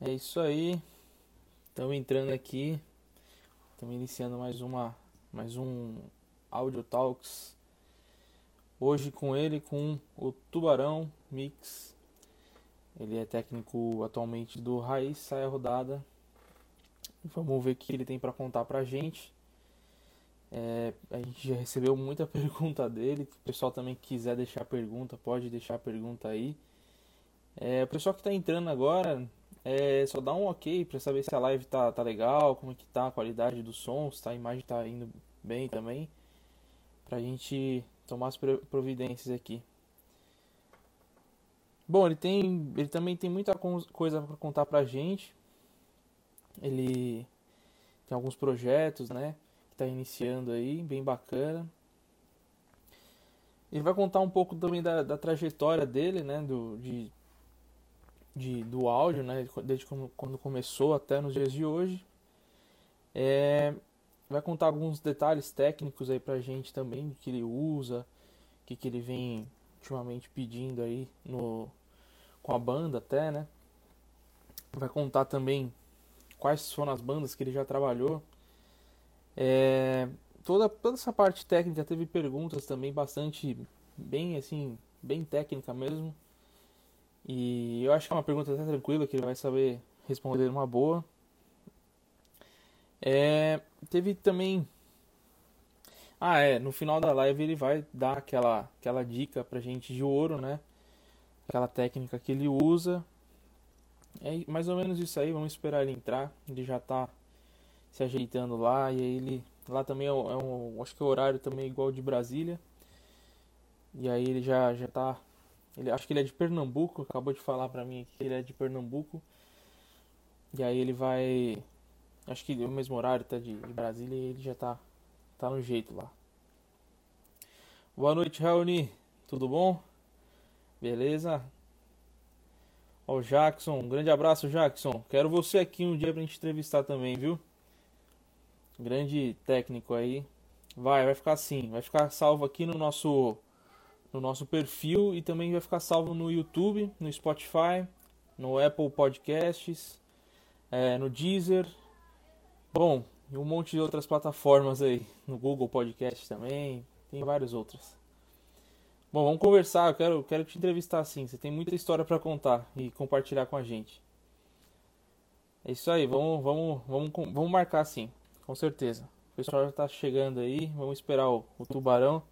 É isso aí. Estamos entrando aqui. Estamos iniciando mais um Audio Talks. Hoje com ele, com o Tubarão Mix. Ele é técnico atualmente do Raiz Saia Rodada. Vamos ver o que ele tem para contar pra gente. A gente já recebeu muita pergunta dele. Se o pessoal também quiser deixar pergunta, pode deixar a pergunta aí. O pessoal que está entrando agora, só dá um ok para saber se a live tá legal, como é que tá a qualidade do som, se a imagem tá indo bem também, pra gente tomar as providências aqui. Bom, ele também tem muita coisa para contar pra gente. Ele tem alguns projetos, né, que tá iniciando aí, bem bacana. Ele vai contar um pouco também da trajetória dele, né, do áudio, né, desde quando começou até nos dias de hoje. Vai contar alguns detalhes técnicos aí pra gente também, do que ele usa, o que ele vem ultimamente pedindo aí com a banda até, né? Vai contar também quais foram as bandas que ele já trabalhou. Toda essa parte técnica teve perguntas também bastante, bem assim, bem técnica mesmo. E eu acho que é uma pergunta até tranquila, que ele vai saber responder uma boa. Teve também. No final da live ele vai dar aquela dica pra gente de ouro, né? Aquela técnica que ele usa. É mais ou menos isso aí, vamos esperar ele entrar. Ele já tá se ajeitando lá. E aí ele. Lá também acho que o horário também é igual de Brasília. E aí ele já tá. Acho que ele é de Pernambuco, acabou de falar pra mim que ele é de Pernambuco. E aí ele vai. Acho que o mesmo horário tá de Brasília e ele já tá no jeito lá. Boa noite, Raoni. Tudo bom? Beleza? Ó, o Jackson. Um grande abraço, Jackson. Quero você aqui um dia pra gente entrevistar também, viu? Grande técnico aí. Vai ficar assim. Vai ficar salvo aqui no nosso perfil e também vai ficar salvo no YouTube, no Spotify, no Apple Podcasts, no Deezer. Bom, e um monte de outras plataformas aí. No Google Podcast também. Tem várias outras. Bom, vamos conversar. Eu quero te entrevistar sim. Você tem muita história para contar e compartilhar com a gente. É isso aí. Vamos marcar sim, com certeza. O pessoal já tá chegando aí. Vamos esperar o Tubarão.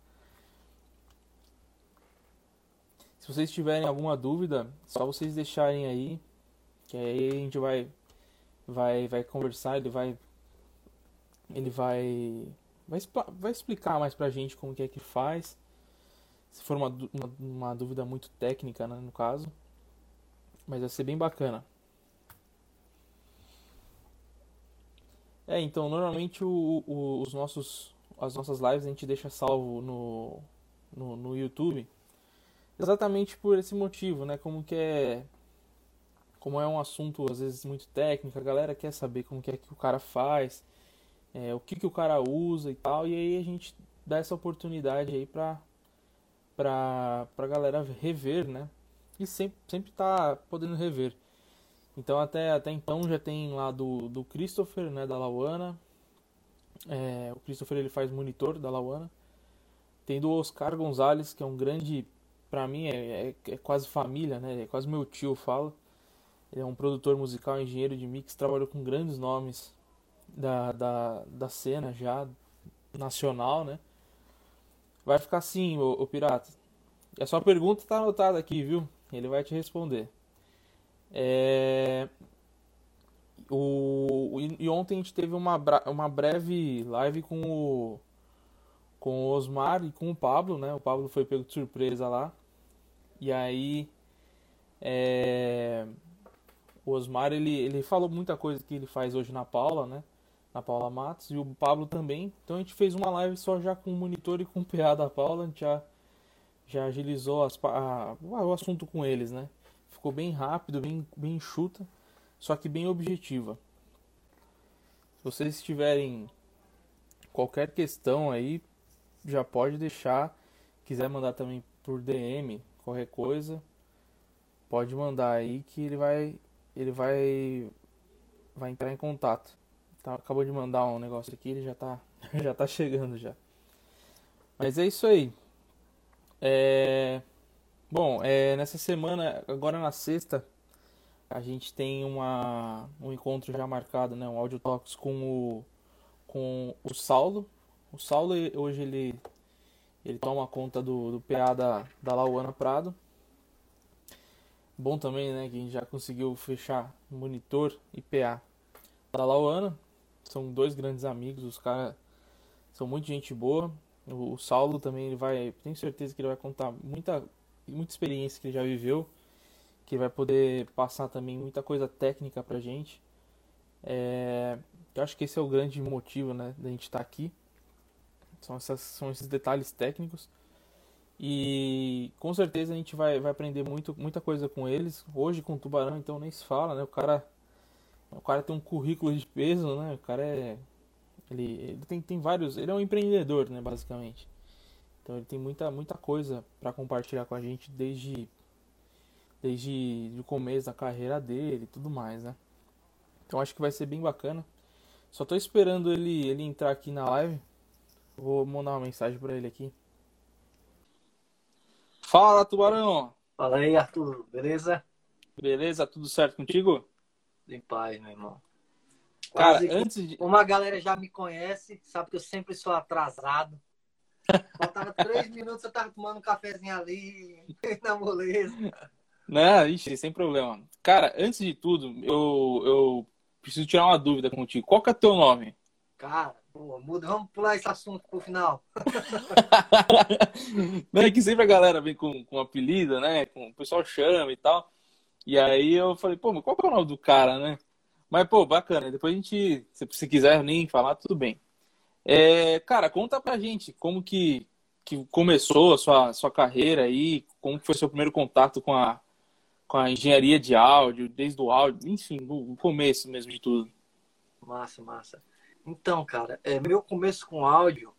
Se vocês tiverem alguma dúvida, só vocês deixarem aí, que aí a gente vai conversar. Ele vai explicar mais pra gente como que é que faz. Se for uma dúvida muito técnica, né, no caso. Mas vai ser bem bacana. Então, normalmente as nossas lives a gente deixa salvo no YouTube. Exatamente por esse motivo, né? Como é um assunto às vezes muito técnico, a galera quer saber como que é que o cara faz, o que o cara usa e tal. E aí a gente dá essa oportunidade aí pra galera rever, né? E sempre tá podendo rever. Então até então já tem lá do Christopher, né, da Lauana. O Christopher ele faz monitor da Lauana. Tem do Oscar Gonzalez, que é um grande, pra mim é quase família, né? É quase meu tio, fala. Ele é um produtor musical, engenheiro de mix, trabalhou com grandes nomes da cena já nacional, né? Vai ficar assim, ô Pirata. A sua pergunta tá anotada aqui, viu? Ele vai te responder. É, e ontem a gente teve uma breve live com o Osmar e com o Pablo, né? O Pablo foi pego de surpresa lá. E aí, é, o Osmar, ele falou muita coisa que ele faz hoje na Paula, né? Na Paula Matos. E o Pablo também. Então a gente fez uma live só já com o monitor e com o PA da Paula. A gente já agilizou o assunto com eles, né? Ficou bem rápido, bem enxuta, só que bem objetiva. Se vocês tiverem qualquer questão aí, já pode deixar. Quiser mandar também por DM, qualquer coisa, pode mandar aí que ele vai ele vai entrar em contato. Tá, acabou de mandar um negócio aqui, ele já tá, já tá chegando já. Mas é isso aí. É, bom, nessa semana, agora na sexta, a gente tem um encontro já marcado, né? Um Audio Talks com o Saulo. O Saulo, hoje ele toma conta do PA da Lauana Prado. Bom também, né, que a gente já conseguiu fechar monitor e PA da Lauana. São dois grandes amigos, os caras são muito gente boa. O Saulo também, tenho certeza que ele vai contar muita experiência que ele já viveu, que ele vai poder passar também muita coisa técnica pra gente. Eu acho que esse é o grande motivo, né, da gente estar aqui. São esses detalhes técnicos. E com certeza a gente vai aprender muita coisa com eles. Hoje com o Tubarão, então nem se fala, né? O cara tem um currículo de peso, né? O cara ele tem vários. Ele é um empreendedor, né? Basicamente. Então ele tem muita coisa para compartilhar com a gente desde o começo da carreira dele e tudo mais, né? Então acho que vai ser bem bacana. Só tô esperando ele entrar aqui na live. Vou mandar uma mensagem para ele aqui. Fala, Tubarão! Fala aí, Arthur, beleza? Beleza? Tudo certo contigo? Em paz, meu irmão. Cara, Quase, como a galera já me conhece, sabe que eu sempre sou atrasado. Faltava 3 minutos, eu tava tomando um cafezinho ali, na moleza. Não, ixi, sem problema. Cara, antes de tudo, eu preciso tirar uma dúvida contigo. Qual que é o teu nome? Cara, pô, vamos pular esse assunto pro final. Não, é que sempre a galera vem com apelido, né? O pessoal chama e tal. E aí eu falei, pô, mas qual que é o nome do cara, né? Mas, pô, bacana. Depois a gente, se quiser nem falar, tudo bem. Cara, conta pra gente como que começou a sua carreira aí, como que foi seu primeiro contato com a engenharia de áudio, desde o áudio, enfim, no começo mesmo de tudo. Massa, massa. Então, cara, meu começo com áudio,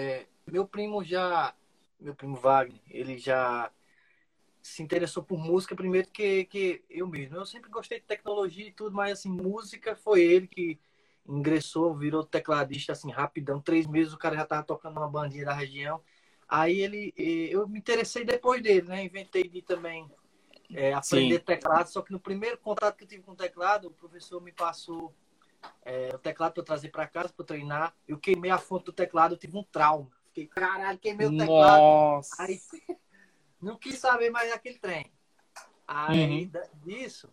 meu primo Wagner, ele já se interessou por música primeiro que eu mesmo. Eu sempre gostei de tecnologia e tudo, mas assim, música foi ele que ingressou, virou tecladista assim rapidão. 3 meses o cara já tava tocando uma bandinha da região. Aí eu me interessei depois dele, né? Inventei de também aprender Sim. teclado, só que no primeiro contato que eu tive com o teclado, o professor me passou o teclado para eu trazer para casa para treinar. Eu queimei a fonte do teclado, eu tive um trauma. Fiquei, caralho, queimei o teclado. Aí Nossa. não quis saber mais daquele trem. Aí Uhum. disso,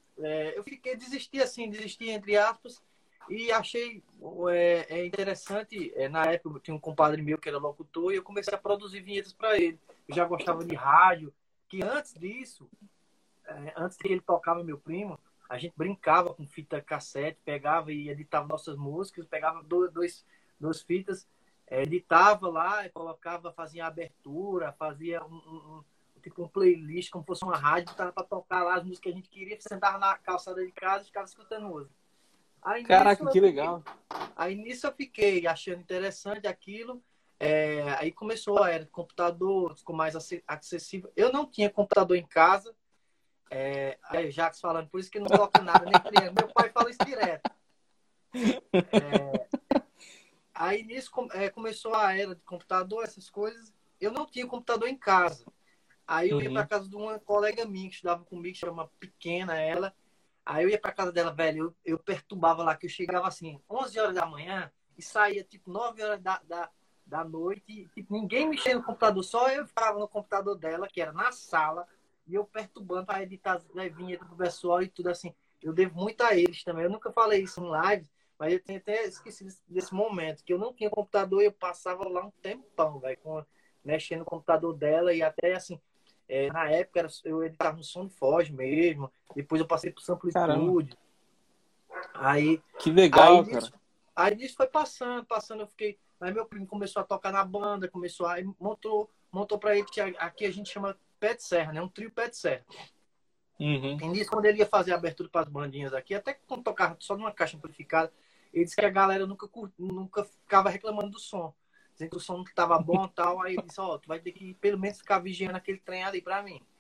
desisti entre aspas, e achei interessante. Na época, eu tinha um compadre meu que era locutor e eu comecei a produzir vinhetas para ele. Eu já gostava de rádio, que antes disso, antes de ele tocar meu primo, a gente brincava com fita cassete, pegava e editava nossas músicas, pegava duas fitas, editava lá, colocava, fazia abertura, fazia tipo um playlist, como fosse uma rádio, tava para tocar lá as músicas que a gente queria, sentava na calçada de casa e ficava escutando música. Aí nisso Caraca, eu que fiquei, legal. aí nisso eu fiquei achando interessante aquilo. Aí começou a era de computador, ficou mais acessível. Eu não tinha computador em casa. Aí o Jacques falando, por isso que não toca nada, nem criança. Meu pai fala isso direto. Aí nisso começou a era de computador, essas coisas. Eu não tinha computador em casa. Aí eu ia para Uhum. casa de uma colega minha que estudava comigo, chama Pequena ela. Aí eu ia para casa dela, velho, eu perturbava lá, que eu chegava assim, 11 horas da manhã e saía tipo 9 horas da noite. E, tipo, ninguém mexia no computador, só eu ficava no computador dela, que era na sala, e eu perturbando para editar as vinhetas do pessoal e tudo assim. Eu devo muito a eles também. Eu nunca falei isso em live, mas eu tenho até esquecido desse momento, que eu não tinha computador e eu passava lá um tempão, velho, mexendo no computador dela e até assim. Na época eu editava no SoundForge mesmo, depois eu passei pro Caramba, Samplitude. Aí, que aí, legal, cara. nisso, aí nisso foi passando, eu fiquei. Aí meu primo começou a tocar na banda, aí montou pra ele, que aqui a gente chama pé de serra, né? Um trio pé de serra. Uhum. E nisso, quando ele ia fazer a abertura para as bandinhas aqui, até quando tocava só numa caixa amplificada, ele disse que a galera nunca ficava reclamando do som. Dizendo que o som não estava bom e tal. Aí ele disse, tu vai ter que pelo menos ficar vigiando aquele trem ali para mim.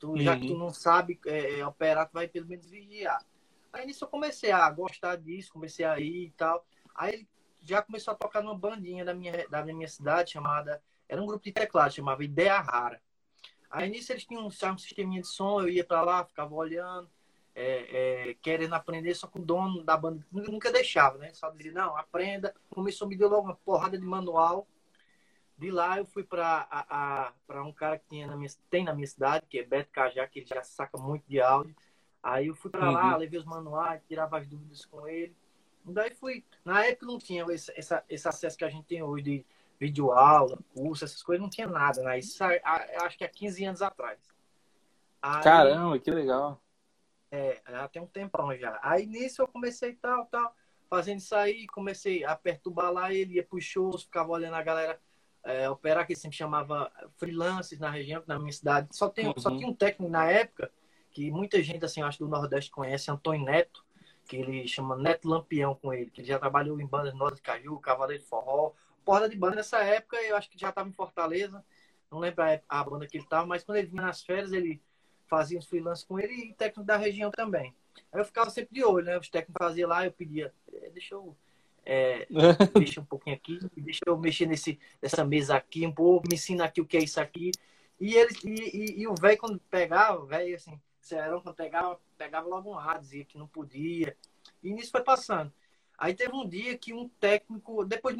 Já que tu Uhum. não sabe operar, tu vai pelo menos vigiar. Aí nisso eu comecei a gostar disso, comecei a ir e tal. Aí ele já começou a tocar numa bandinha da minha cidade chamada. Era um grupo de teclado, chamava Ideia Rara. Aí nisso eles tinham um sisteminha de som, eu ia pra lá, ficava olhando, querendo aprender, só que o dono da banda nunca deixava, né? Só dizia, não, aprenda. Começou, me deu logo uma porrada de manual. De lá eu fui para um cara que tem na minha cidade, que é Beto Cajá, que ele já saca muito de áudio. Aí eu fui para lá, Uhum. levei os manuais, tirava as dúvidas com ele. Daí fui. Na época não tinha esse acesso que a gente tem hoje de videoaula, curso, essas coisas, não tinha nada, né? Isso acho que há 15 anos atrás. Aí, Caramba, que legal. já tem um tempão já. Aí nisso eu comecei tal, fazendo isso aí, comecei a perturbar lá, ele ia pros shows, ficava olhando a galera operar, que sempre chamava freelancers na região, na minha cidade. Só Uhum. tinha um técnico na época, que muita gente, assim, acho do Nordeste conhece, Antônio Neto, que ele chama Neto Lampião com ele, que ele já trabalhou em bandas Nós de Caju, Cavaleiro de Forró, porra de banda nessa época, eu acho que já estava em Fortaleza, não lembro a banda que ele estava, mas quando ele vinha nas férias, ele fazia uns freelances com ele e técnico da região também. Aí eu ficava sempre de olho, né? Os técnicos faziam lá, eu pedia, deixa eu mexer um pouquinho aqui, deixa eu mexer nessa mesa aqui, um pouco, me ensina aqui o que é isso aqui. E o velho, quando pegava, o velho, assim, Serão, quando pegava logo um ar, dizia que não podia. E nisso foi passando. Aí teve um dia que um técnico, depois de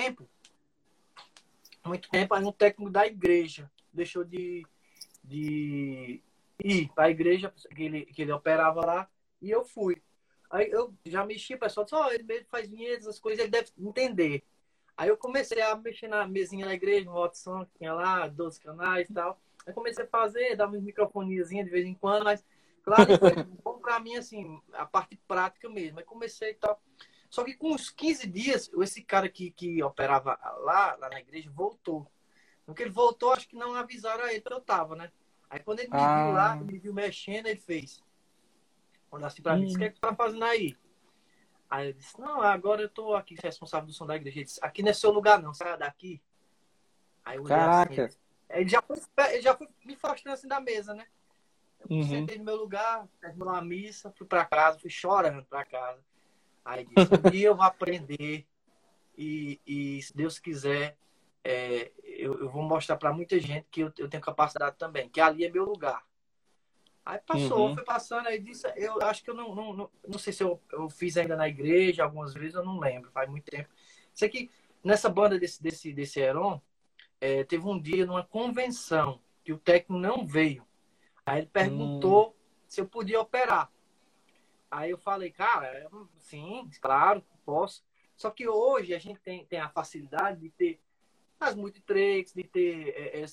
muito tempo, aí um técnico da igreja deixou de ir para a igreja que ele operava lá, e eu fui. Aí eu já mexi, o pessoal disse, ele mesmo faz vinhetas, as coisas, ele deve entender. Aí eu comecei a mexer na mesinha da igreja, no alto som que tinha lá, 12 canais e tal. Aí comecei a fazer, dar uns microfonezinhos de vez em quando, mas claro, e foi bom para mim, assim, a parte prática mesmo. Aí comecei e tal. Só que com uns 15 dias, esse cara que operava lá na igreja voltou. No que ele voltou, acho que não avisaram a ele que eu tava, né? Aí quando ele me viu lá, Ah. me viu mexendo, ele fez. Olha assim pra mim, disse, o que é Hum. que tu tá fazendo aí? Aí eu disse, não, agora eu tô aqui responsável do som da igreja. Ele disse, aqui não é seu lugar não, sai daqui. Aí eu olhei assim, Caraca. ele já foi me afastando assim da mesa, né? Eu Uhum. sentei no meu lugar, terminou a missa, fui pra casa, fui chorando pra casa. Aí disse, um dia eu vou aprender e se Deus quiser, eu vou mostrar pra muita gente que eu tenho capacidade também, que ali é meu lugar. Aí passou, Uhum. foi passando, aí disse, eu acho que eu não sei se eu fiz ainda na igreja, algumas vezes eu não lembro, faz muito tempo. Sei que nessa banda desse Heron, teve um dia numa convenção que o técnico não veio. Aí ele Hum. perguntou se eu podia operar. Aí eu falei, cara, sim, claro, posso. Só que hoje a gente tem a facilidade de ter as multitracks, de ter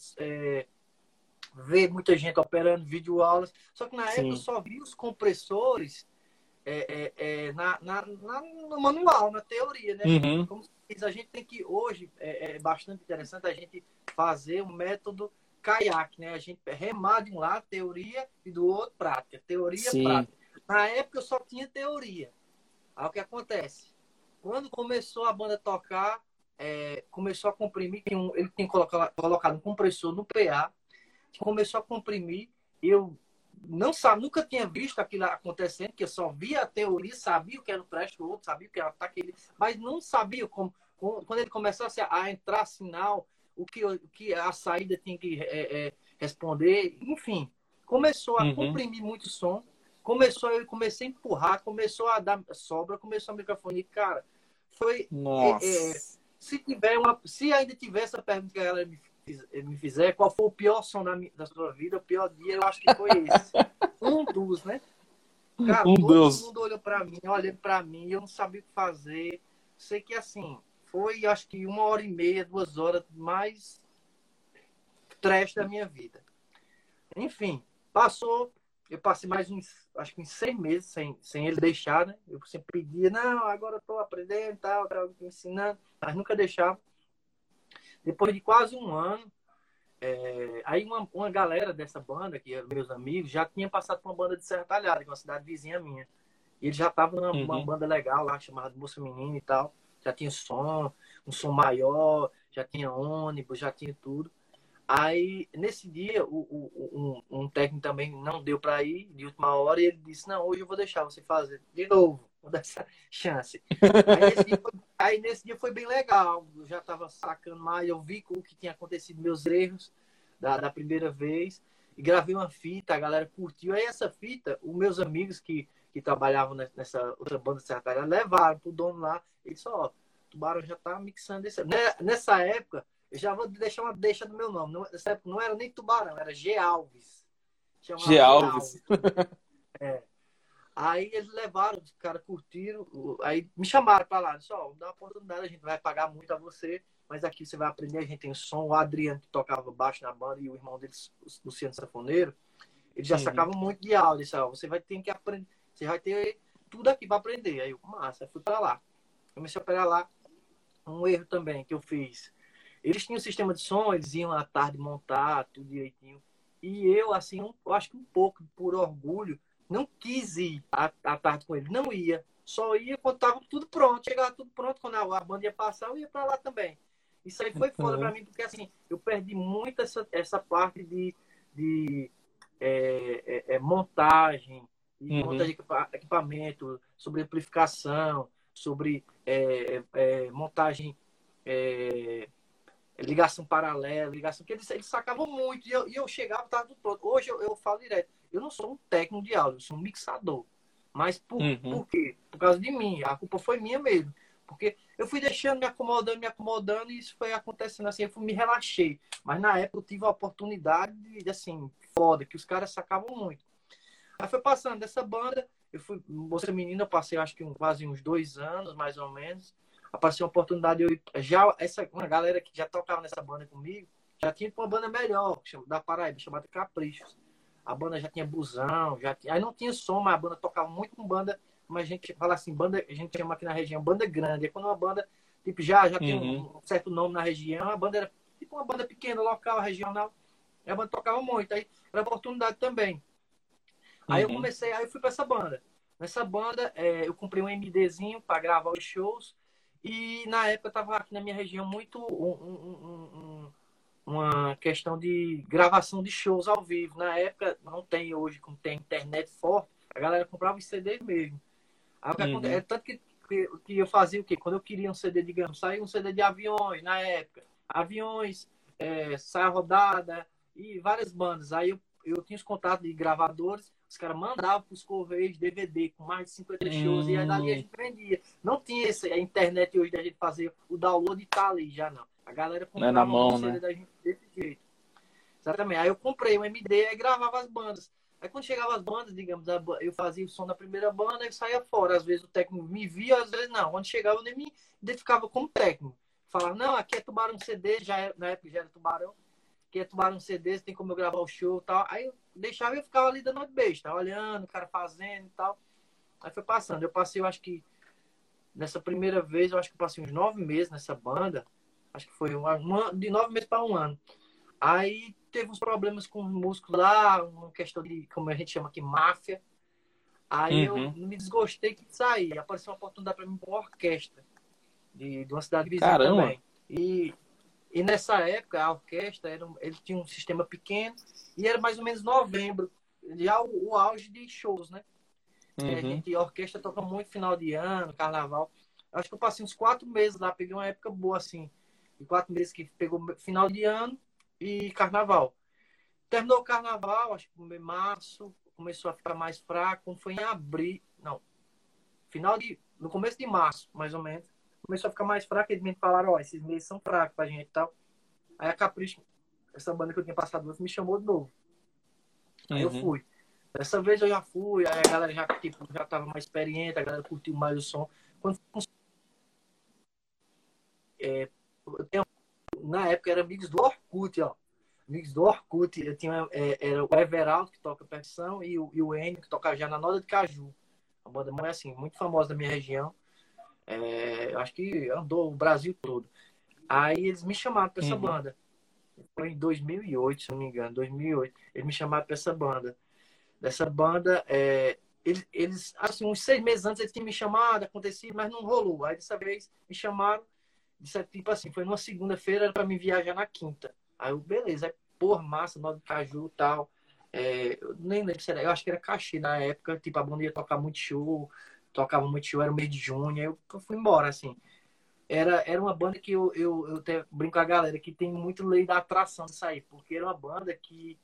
ver muita gente operando videoaulas. Só que na época eu Sim. só vi os compressores no manual, na teoria, né? Uhum. Como se diz, a gente tem que, hoje, é bastante interessante a gente fazer um método caiaque, né? A gente remar de um lado teoria e do outro prática. Teoria, Sim. prática. Na época eu só tinha teoria. Aí o que acontece? Quando começou a banda a tocar, começou a comprimir, ele tinha colocado um compressor no PA, começou a comprimir, eu nunca tinha visto aquilo acontecendo, que eu só via a teoria, sabia o que era o thrash, o outro sabia o que era aquele, mas não sabia quando ele começasse a entrar sinal, o que a saída tinha que responder, enfim, começou a Uhum. comprimir muito som, eu comecei a empurrar, começou a dar sobra, começou a microfone, cara, foi Nossa. se ainda tivesse a pergunta que a galera me fizer, qual foi o pior som da sua vida, o pior dia, eu acho que foi esse. Um dos, né? Cara, Um todo Deus. mundo olhou pra mim, olhando pra mim, eu não sabia o que fazer. Sei que, assim, foi, acho que 1h30, 2 horas mais trash da minha vida. Enfim, passou, eu passei mais acho que uns 6 meses sem ele deixar, né? Eu sempre pedia, não, agora eu tô aprendendo, tal, me ensinando, mas nunca deixava. Depois de quase um ano, aí uma galera dessa banda, que eram meus amigos, já tinha passado por uma banda de Serra Talhada, que é uma cidade vizinha minha. E eles já estavam numa Uhum. banda legal lá, chamada Moça Menina e tal. Já tinha som, um som maior, já tinha ônibus, já tinha tudo. Aí, nesse dia, um técnico também não deu para ir de última hora e ele disse, não, hoje eu vou deixar você fazer de novo, vou dar essa chance. Aí nesse dia foi bem legal, eu já estava sacando mais, eu vi o que tinha acontecido, meus erros da primeira vez, e gravei uma fita, a galera curtiu. Aí essa fita, os meus amigos que trabalhavam nessa outra banda secretária levaram pro dono lá, ele disse, ó, Tubarão já tá mixando esse. Nessa época, eu já vou deixar uma deixa do meu nome. Nessa época não era nem Tubarão, era G. Alves. G. Chamava G. Alves. Alves. É. Aí eles levaram, os caras curtiram, aí me chamaram pra lá. Disse, ó, dá uma oportunidade, a gente vai pagar muito a você, mas aqui você vai aprender, a gente tem som. O Adriano, que tocava baixo na banda, e o irmão deles, o Luciano Sanfoneiro, eles já sacavam muito de áudio. Disse, ó, você vai ter que aprender, você vai ter tudo aqui pra aprender. Aí eu, massa, fui pra lá. Comecei a pegar lá. Um erro também que eu fiz. Eles tinham um sistema de som, eles iam à tarde montar tudo direitinho. E eu, assim, eu acho que um pouco por orgulho, não quis ir à tarde com eles. Não ia. Só ia quando estava tudo pronto. Chegava tudo pronto. Quando a banda ia passar, eu ia para lá também. Isso aí foi foda para mim, porque assim, eu perdi muito essa parte de montagem, de montagem de equipamento, sobre amplificação, sobre montagem, ligação paralela, ligação que eles sacavam muito, e eu chegava, tava tudo pronto. Hoje eu falo direto, eu não sou um técnico de áudio, eu sou um mixador. Mas por quê? Por causa de mim, a culpa foi minha mesmo. Porque eu fui deixando, me acomodando, e isso foi acontecendo assim, eu me relaxei. Mas na época eu tive a oportunidade de, assim, foda, que os caras sacavam muito. Aí foi passando dessa banda, eu fui, moça menina, eu passei acho que quase uns 2 anos, mais ou menos. Apareceu uma oportunidade, uma galera que já tocava nessa banda comigo, já tinha uma banda melhor, da Paraíba, chamada Caprichos. A banda já tinha busão, aí não tinha som, mas a banda tocava muito com banda, como a gente fala assim, banda, a gente chama aqui na região banda grande. É quando uma banda tipo, já tem um certo nome na região, a banda era tipo uma banda pequena, local, regional, e a banda tocava muito, aí era oportunidade também. Aí eu fui para essa banda. Nessa banda, eu comprei um MDzinho para gravar os shows. E na época eu tava aqui na minha região muito uma questão de gravação de shows ao vivo. Na época, não tem hoje, como tem internet forte, a galera comprava os CDs mesmo. Aí, tanto que eu fazia o quê? Quando eu queria um CD, digamos, saía um CD de Aviões, na época. Aviões, Saia Rodada e várias bandas. Aí eu tinha os contatos de gravadores, os caras mandavam para os correios DVD com mais de 50 shows, e aí dali a gente vendia. Não tinha a internet hoje da gente fazer o download e tá ali, já não. A galera comprava na mão, o CD da gente desse jeito. Exatamente. Aí eu comprei um MD e gravava as bandas. Aí quando chegava as bandas, digamos, eu fazia o som da primeira banda e saía fora. Às vezes o técnico me via, às vezes não. Quando chegava eu nem me identificava como técnico. Falava, não, aqui é Tubarão CD, na época já era Tubarão. Aqui é Tubarão CD, tem como eu gravar o show e tal. Aí eu deixava e eu ficava ali dando de besta, olhando, o cara fazendo e tal. Aí foi passando. Eu passei, eu acho que, nessa primeira vez, eu acho que eu passei uns 9 meses nessa banda. Acho que foi de 9 meses para um ano. Aí teve uns problemas com os músicos lá, uma questão de, como a gente chama aqui, máfia. Aí eu me desgostei que saí. Apareceu uma oportunidade para mim para uma orquestra de uma cidade vizinha. Caramba. Também. E nessa época, a orquestra, ele tinha um sistema pequeno e era mais ou menos novembro, já o auge de shows, né? A orquestra toca muito final de ano, carnaval. Acho que eu passei uns 4 meses lá, peguei uma época boa, assim. E 4 meses que pegou final de ano e carnaval. Terminou o carnaval, acho que em março, começou a ficar mais fraco. Quando foi em abril, não, no começo de março, mais ou menos, começou a ficar mais fraco. Eles me falaram, ó, esses meses são fracos pra gente e tal. Aí a Capricho, essa banda que eu tinha passado, me chamou de novo. Aí eu fui. Dessa vez eu já fui, aí a galera já tava mais experiente, a galera curtiu mais o som. Na época era amigos do Orkut, ó. Amigos do Orkut, eu tinha, era o Everaldo, que toca percussão, e o Enio, que toca já na Noda de Caju. Uma banda assim, muito famosa da minha região. Eu acho que andou o Brasil todo. Aí eles me chamaram para essa banda. Foi em 2008, se não me engano, 2008. Eles me chamaram para essa banda. Dessa banda, eles, assim, uns 6 meses antes eles tinham me chamado, acontecido, mas não rolou. Aí dessa vez me chamaram, tipo assim, foi numa segunda-feira, era para me viajar na quinta. Aí eu, beleza. Aí porra, massa, Nó de Caju e tal. Eu nem lembro se era, eu acho que era cachê na época, tipo, a banda ia tocar muito show, tocava muito show, era o mês de junho, aí eu fui embora, assim. Era uma banda que eu até brinco com a galera que tem muito lei da atração disso aí, porque era uma banda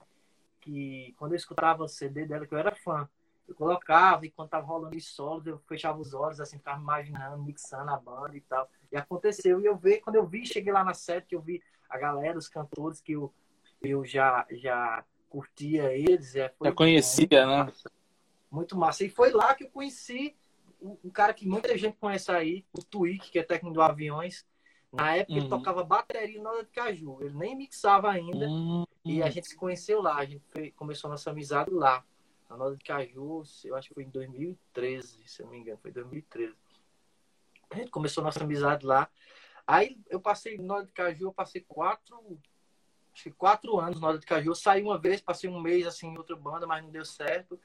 que quando eu escutava o CD dela, que eu era fã, eu colocava e quando tava rolando os solos, eu fechava os olhos, assim, ficava imaginando, mixando a banda e tal. E aconteceu, quando eu vi, cheguei lá na sede, que eu vi a galera, os cantores que eu já curtia eles, Já foi tipo, conhecia, né? muito massa. E foi lá que eu conheci um cara que muita gente conhece aí, o Twig, que é técnico do Aviões. Na época ele Uhum. tocava bateria na hora de Caju, ele nem mixava ainda. E a Uhum. gente se conheceu lá, a gente começou nossa amizade lá. Na Nova de Caju, eu acho que foi em 2013, se eu não me engano, foi 2013. A gente começou nossa amizade lá. Aí eu passei, na Nova de Caju, eu passei acho que 4 anos na Nova de Caju. Eu saí uma vez, passei um mês assim em outra banda, mas não deu certo.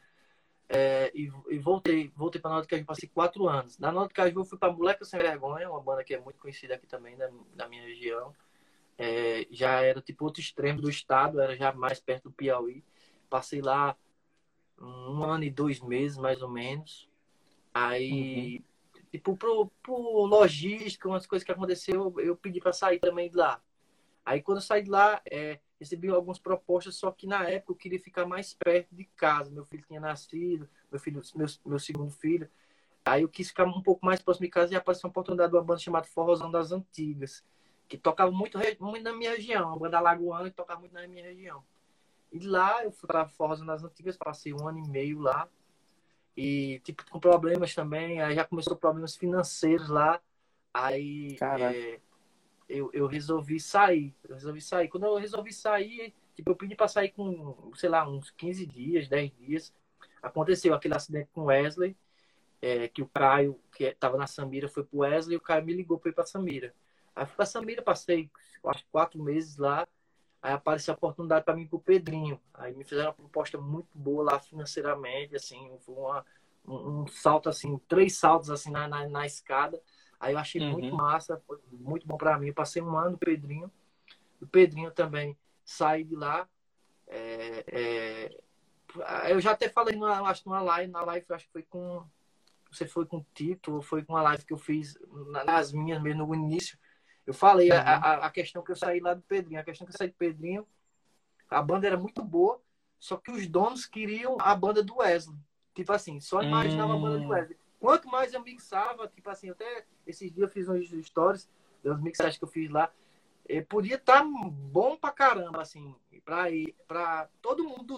E voltei para Nova de Caju, passei 4 anos. Da Nova de Caju eu fui para Moleque Sem Vergonha, uma banda que é muito conhecida aqui também, da minha região. Já era tipo outro extremo do estado, era já mais perto do Piauí. Passei lá 1 ano e 2 meses, mais ou menos. Uhum. Aí, tipo, pro logística, umas coisas que aconteceu, eu pedi para sair também de lá. Aí, quando eu saí de lá, recebi algumas propostas, só que na época eu queria ficar mais perto de casa. Meu filho tinha nascido, meu segundo filho. Aí eu quis ficar um pouco mais próximo de casa e apareceu uma oportunidade de uma banda chamada Forrozão das Antigas, que tocava muito na minha região, uma banda alagoana que tocava muito na minha região. E lá eu fui para Forrozão das Antigas, passei 1 ano e meio lá. E, tipo, com problemas também. Aí já começou problemas financeiros lá. Aí Caraca. eu resolvi sair. Quando eu resolvi sair, tipo, eu pedi para sair com, sei lá, uns 15 dias, 10 dias. Aconteceu aquele acidente com o Wesley, que o Caio, que estava na Samira, foi pro Wesley e o Caio me ligou para ir para Samira. Aí fui para Samira, passei, acho, 4 meses lá. Aí apareceu a oportunidade para mim pro Pedrinho. Aí me fizeram uma proposta muito boa lá financeiramente, assim, foi um salto assim, 3 saltos assim na escada. Aí eu achei muito Uhum. massa, foi muito bom para mim. Eu passei um ano no Pedrinho. O Pedrinho também saí de lá. É, eu já até falei acho, numa live, acho que foi com. Você foi com o Tito, ou foi com uma live que eu fiz nas minhas mesmo no início. Eu falei Uhum. a questão que eu saí lá do Pedrinho. A questão que eu saí do Pedrinho, a banda era muito boa, só que os donos queriam a banda do Wesley. Tipo assim, só imaginava a banda do Hum. Wesley. Quanto mais eu mixava, tipo assim, até esses dias eu fiz uns stories, das mixagens que eu fiz lá, podia estar bom pra caramba, assim, pra todo mundo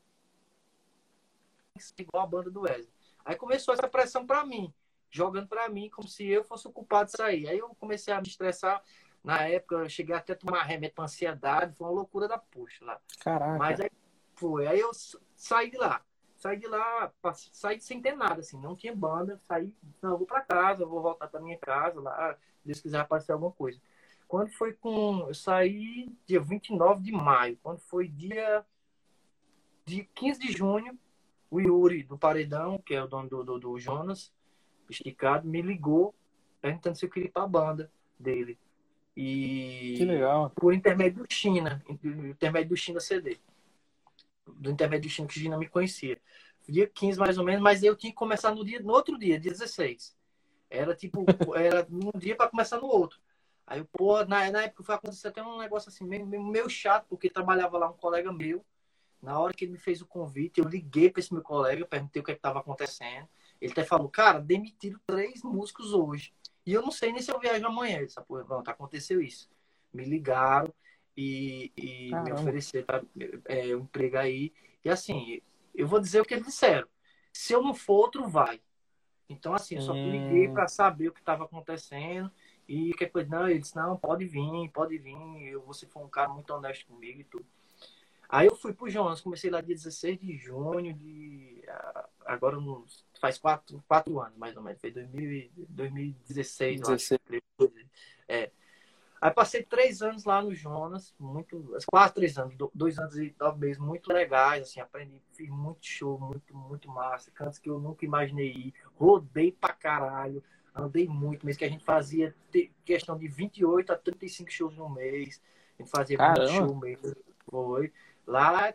igual a banda do Wesley. Aí começou essa pressão pra mim, jogando pra mim como se eu fosse o culpado disso aí. Aí eu comecei a me estressar. Na época, eu cheguei até a tomar remédio pra ansiedade, foi uma loucura da puxa lá. Mas Caraca. aí foi. Aí eu saí de lá. Saí de lá, saí sem ter nada, assim, não tinha banda. Saí, não, eu vou pra casa, eu vou voltar pra minha casa lá, se Deus quiser aparecer alguma coisa. Quando foi com. Eu saí dia 29 de maio. Quando foi dia 15 de junho, o Yuri do Paredão, que é o dono do Jonas, esticado, me ligou perguntando se eu queria ir pra banda dele. Que E legal. por intermédio do China, intermédio do China CD. Do intermédio do China, que o China me conhecia. Dia 15 mais ou menos, mas eu tinha que começar no outro dia 16. Era tipo, era num dia para começar no outro. Aí, pô, na época foi acontecer até um negócio assim, meio chato, porque trabalhava lá um colega meu. Na hora que ele me fez o convite, eu liguei para esse meu colega, perguntei o que estava acontecendo. Ele até falou, cara, demitiram 3 músicos hoje. E eu não sei nem se eu viajo amanhã. Ele disse, pô, pronto, aconteceu isso. Me ligaram e me Caramba. ofereceram um emprego aí. E assim, eu vou dizer o que eles disseram. Se eu não for, outro vai. Então, assim, eu só liguei Hum. para saber o que estava acontecendo. E que coisa, não, ele disse, não, pode vir, pode vir. Você foi um cara muito honesto comigo e tudo. Aí eu fui pro Jonas, comecei lá dia 16 de junho agora faz 4 anos, mais ou menos. Foi 2016, eu acho. 16. É. Aí passei 3 anos lá no Jonas, quase 3 anos, 2 anos e 9 meses, muito legais, assim, aprendi, fiz muito show, muito, muito massa, cantos que eu nunca imaginei ir, rodei pra caralho, andei muito, mês que a gente fazia questão de 28 a 35 shows no mês, a gente fazia muito Caramba. show mesmo. Foi. Lá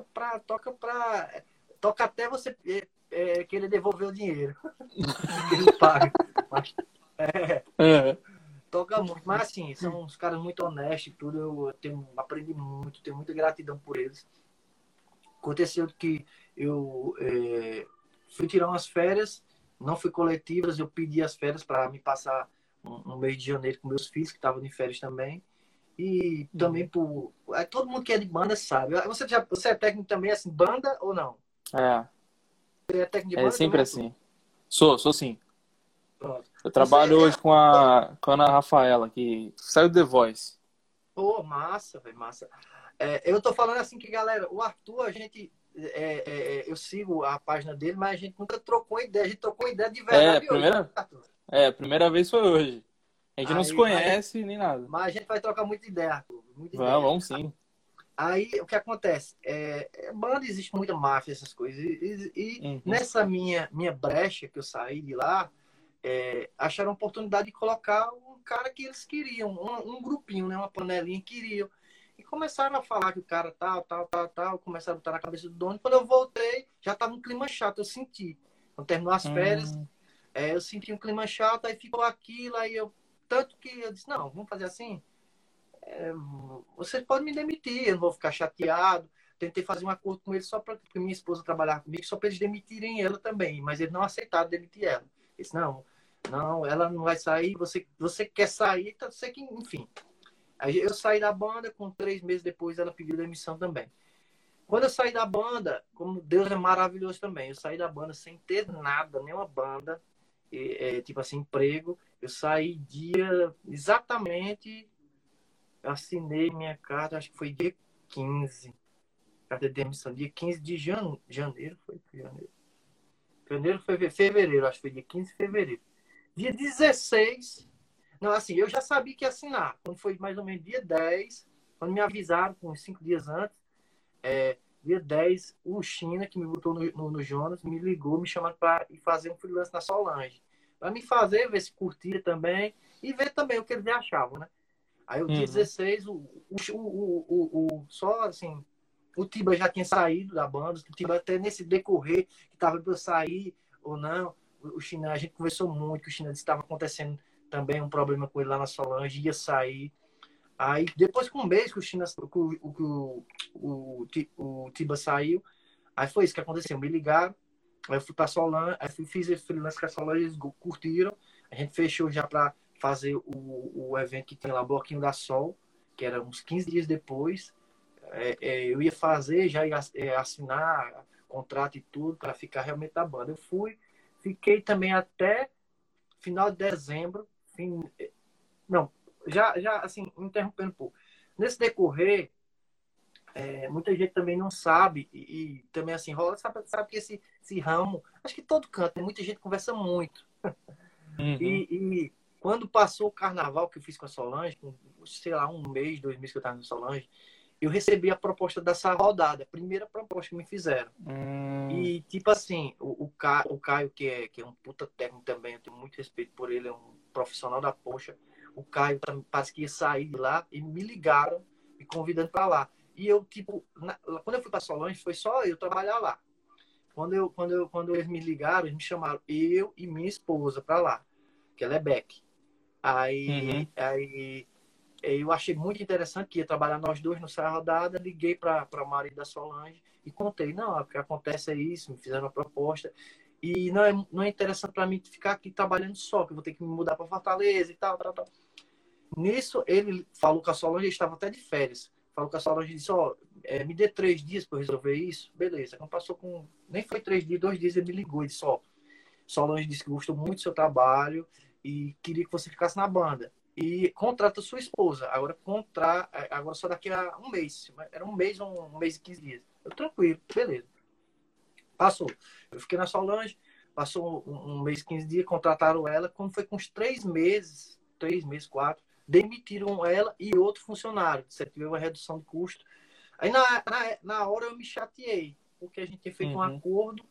toca até você querer devolver o dinheiro que ele paga. Mas, É. toca muito. Mas assim, são uns caras muito honestos e tudo. Aprendi muito, tenho muita gratidão por eles. Aconteceu que eu fui tirar umas férias, não fui coletivas, eu pedi as férias para me passar um mês de janeiro com meus filhos, que estavam de férias também. E também por. Todo mundo que é de banda sabe. Você é técnico também, assim, banda ou não? É, Você é técnico de é banda também, sempre Arthur? assim. Sou sim. Pronto. Eu Você trabalho hoje com a Ana Rafaela, que saiu do The Voice. Pô, massa, velho, massa. Eu tô falando assim que, galera, o Arthur, eu sigo a página dele, mas a gente nunca trocou ideia. A gente trocou ideia de É, verdade hoje, né, Arthur? primeira vez foi hoje. A gente não se Aí, conhece nem nada. mas a gente vai trocar muita ideia, Arthur, muita ideia. Vamos sim. Aí, o que acontece? Banda existe muita máfia, essas coisas. E Uhum. nessa minha brecha que eu saí de lá, acharam a oportunidade de colocar um cara que eles queriam, um grupinho, né, uma panelinha que queriam. E começaram a falar que o cara tal, começaram a botar na cabeça do dono. Quando eu voltei, já estava um clima chato, eu senti. Quando terminou as férias, Hum, eu senti um clima chato, aí ficou aquilo, aí eu. Tanto que eu disse, não, vamos fazer assim. Você pode me demitir, eu não vou ficar chateado. Tentei fazer um acordo com ele só para que minha esposa trabalhar comigo, só para eles demitirem ela também, mas eles não aceitaram demitir ela. Eles não, ela não vai sair, você quer sair, então você que, enfim. Aí eu saí da banda, com 3 meses depois ela pediu demissão também. Quando eu saí da banda, como Deus é maravilhoso também, eu saí da banda sem ter nada, nenhuma banda, tipo assim, emprego. Eu saí exatamente, eu assinei minha carta, acho que foi dia 15, carta de demissão, dia 15 de janeiro, foi janeiro. Janeiro foi fevereiro, acho que foi dia 15 de fevereiro. Dia 16, não, assim, eu já sabia que ia assinar, quando foi mais ou menos dia 10, quando me avisaram, com uns 5 dias antes, dia 10, o China, que me botou no Jonas, me ligou, me chamando para ir fazer um freelance na Solange. Para me fazer, ver se curtia também, e ver também o que eles achavam, né? Aí o dia uhum. 16, só assim, o Tiba já tinha saído da banda, o Tiba até nesse decorrer, que estava para eu sair ou não, o China, a gente conversou muito, que o China disse que estava acontecendo também um problema com ele lá na Solange, ia sair. Aí, depois com um mês que o China, o Tiba saiu, aí foi isso que aconteceu, me ligaram, aí eu fui para Solange, fiz esse freelance com a Solange, eles curtiram, a gente fechou já para fazer o evento que tem lá, o Bloquinho da Sol, que era uns 15 dias depois. Eu ia fazer, já ia assinar contrato e tudo para ficar realmente da banda. Eu fiquei também até final de dezembro, não, já assim, interrompendo um pouco. Nesse decorrer, muita gente também não sabe, e também assim, rola, sabe que esse ramo, acho que todo canto, muita gente conversa muito. Uhum. E quando passou o carnaval que eu fiz com a Solange, com, sei lá, um mês, 2 meses que eu estava na Solange, eu recebi a proposta dessa rodada, a primeira proposta que me fizeram. Hum, E, tipo assim, o Caio, que é um puta técnico também, eu tenho muito respeito por ele, é um profissional da poxa. O Caio parece que ia sair de lá e me ligaram, me convidando para lá. E eu, tipo, quando eu fui para Solange, foi só eu trabalhar lá. Quando eles me ligaram, eles me chamaram, eu e minha esposa, para lá, que ela é Beck. uhum. Aí eu achei muito interessante que ia trabalhar nós dois no Saia Rodada, liguei para o marido da Solange e contei, não, o que acontece é isso, me fizeram uma proposta e não é interessante para mim ficar aqui trabalhando só, que eu vou ter que me mudar para Fortaleza e tal. Nisso, ele falou com a Solange, ele estava até de férias, falou com a Solange e disse, me dê 3 dias para eu resolver isso, beleza. Quando passou nem foi 3 dias, 2 dias, ele me ligou e disse, Solange disse que gostou muito do seu trabalho e queria que você ficasse na banda. E contrata sua esposa. Agora só daqui a um mês. Era um mês e 15 dias. Eu, tranquilo, beleza. Passou. Eu fiquei na Solange, passou um mês e 15 dias, contrataram ela. Quando foi com uns 3 meses, 4, demitiram ela e outro funcionário. Você teve uma redução de custo. Aí na hora eu me chateei, porque a gente tinha feito um Uhum. acordo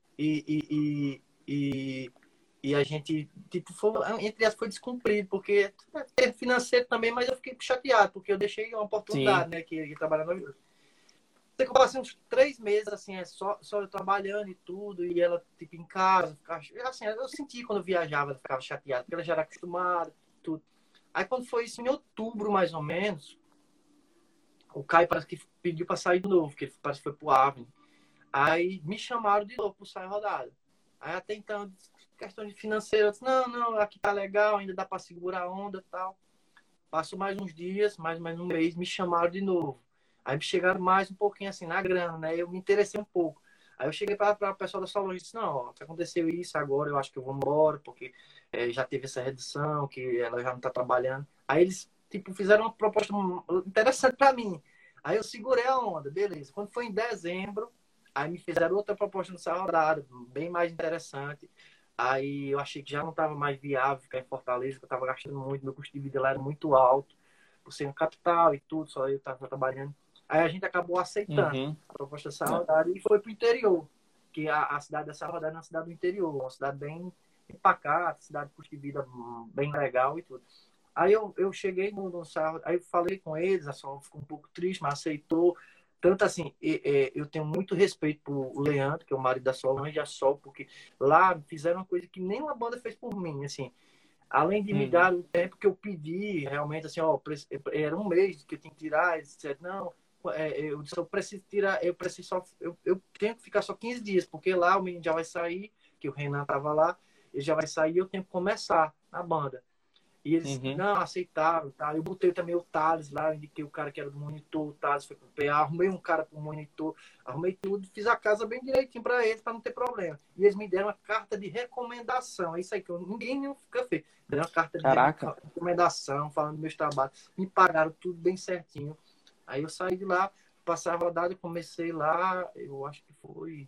e a gente, tipo, entre aspas, foi descumprido, porque teve financeiro também, mas eu fiquei chateado, porque eu deixei uma Sim. oportunidade, né, que ia trabalhar na vida. Sei que eu passei uns 3 meses, assim, só eu trabalhando e tudo, e ela, tipo, em casa, ficava, assim, eu senti quando eu viajava, ela ficava chateada, porque ela já era acostumada, tudo. Aí quando foi isso, em outubro, mais ou menos, o Caio parece que pediu pra sair de novo, porque ele parece que foi pro Avni. Aí me chamaram de novo pro Sai Rodada. Aí até então, questão de financeira, eu disse, não, aqui tá legal, ainda dá pra segurar a onda e tal. Passou mais uns dias, mais ou menos um mês, me chamaram de novo. Aí me chegaram mais um pouquinho assim, na grana, né? Eu me interessei um pouco. Aí eu cheguei para o pessoal da sua loja e disse, não, ó, aconteceu isso agora, eu acho que eu vou embora, porque já teve essa redução, que ela já não está trabalhando. Aí eles, tipo, fizeram uma proposta interessante para mim. Aí eu segurei a onda, beleza. Quando foi em dezembro, aí me fizeram outra proposta nessa rodada, bem mais interessante. Aí eu achei que já não estava mais viável ficar em Fortaleza, que eu estava gastando muito, meu custo de vida lá era muito alto, por ser um capital e tudo, só eu estava trabalhando. Aí a gente acabou aceitando Uhum. a proposta dessa rodada e foi para o interior, que a cidade dessa rodada é uma cidade do interior, uma cidade bem empacata, cidade de custo de vida bem legal e tudo. Aí eu cheguei no sábado, aí eu falei com eles, a Sol ficou um pouco triste, mas aceitou. Tanto assim, eu tenho muito respeito por Leandro, que é o marido da Solange, e a Sol, porque lá fizeram uma coisa que nenhuma banda fez por mim, assim. Além de me Uhum. dar o tempo que eu pedi, realmente, assim, ó, era um mês que eu tinha que tirar, eles disseram, não, eu disse, eu preciso tirar, eu preciso só, eu tenho que ficar só 15 dias, porque lá o menino já vai sair, que o Renan tava lá, ele já vai sair e eu tenho que começar na banda. E eles Uhum. não aceitaram, tá? Eu botei também o Thales lá, indiquei o cara que era do monitor, o Thales foi pro PA, arrumei um cara pro monitor, arrumei tudo, fiz a casa bem direitinho para eles, para não ter problema. E eles me deram uma carta de recomendação, é isso aí que ninguém nunca fez. Me deram uma carta de Caraca. recomendação, falando dos meus trabalhos, me pagaram tudo bem certinho. Aí eu saí de lá, passei a rodada e comecei lá, eu acho que foi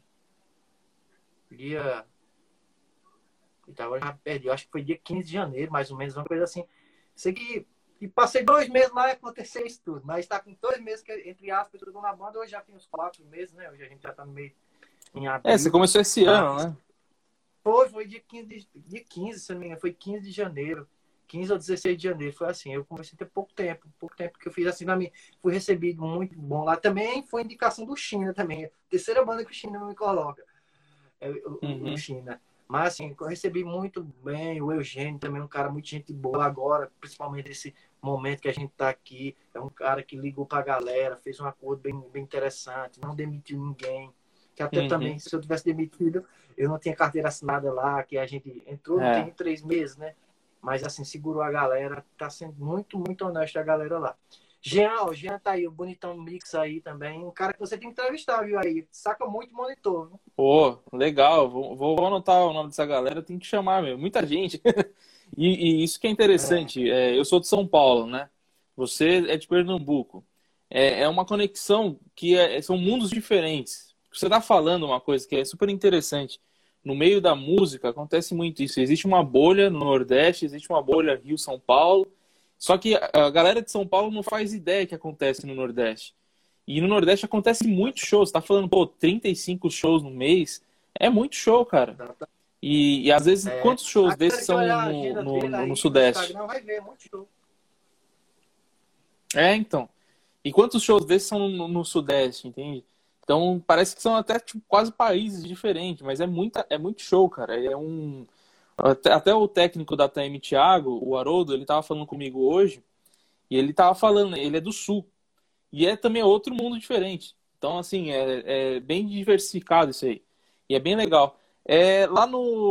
dia. Então, eu já perdi, eu acho que foi dia 15 de janeiro, mais ou menos, uma coisa assim. Sei que e passei 2 meses lá e aconteceu isso tudo. Mas está com 2 meses, que, entre aspas, tudo na banda. Hoje já tem uns 4 meses, né? Hoje a gente já está no meio em Você abril. começou esse ano, Mas né? foi dia 15, se não me engano, foi 15 de janeiro. 15 ou 16 de janeiro, foi assim. Eu comecei a ter pouco tempo que eu fiz assim na minha. Fui recebido muito bom lá. Também foi indicação do China também. Terceira banda que o China me coloca. O Uhum. China. Mas assim, eu recebi muito bem. O Eugênio também é um cara muito gente boa agora, principalmente nesse momento que a gente está aqui. É um cara que ligou para a galera, fez um acordo bem interessante, não demitiu ninguém. Que até também, Uhum. se eu tivesse demitido, eu não tinha carteira assinada lá, que a gente entrou, não É. tem 3 meses, né? Mas assim, segurou a galera, tá sendo muito honesto a galera lá. Jean, o Jean tá aí, o bonitão mix aí também. Um cara que você tem que entrevistar, viu aí? Saca muito monitor, viu? Pô, legal. Vou anotar o nome dessa galera. Tem que chamar, meu. Muita gente. E isso que é É, interessante. Eu sou de São Paulo, né? Você é de Pernambuco. É uma conexão que são mundos diferentes. Você está falando uma coisa que é super interessante. No meio da música acontece muito isso. Existe uma bolha no Nordeste, existe uma bolha Rio-São Paulo. Só que a galera de São Paulo não faz ideia que acontece no Nordeste. E no Nordeste acontece muitos shows. Você tá falando, pô, 35 shows no mês. É muito show, cara. E às vezes, é. quantos shows A desses galera que são olhar a no, agenda no, dele no, no aí no Sudeste? Instagram vai ver muito show. Então. E quantos shows desses são no Sudeste, entende? Então, parece que são até tipo, quase países diferentes, mas é muito show, cara. Até o técnico da TM, Thiago, o Haroldo, ele tava falando comigo hoje, e ele tava falando, ele é do Sul. E é também outro mundo diferente. Então, assim, é bem diversificado isso aí. E é bem legal. Lá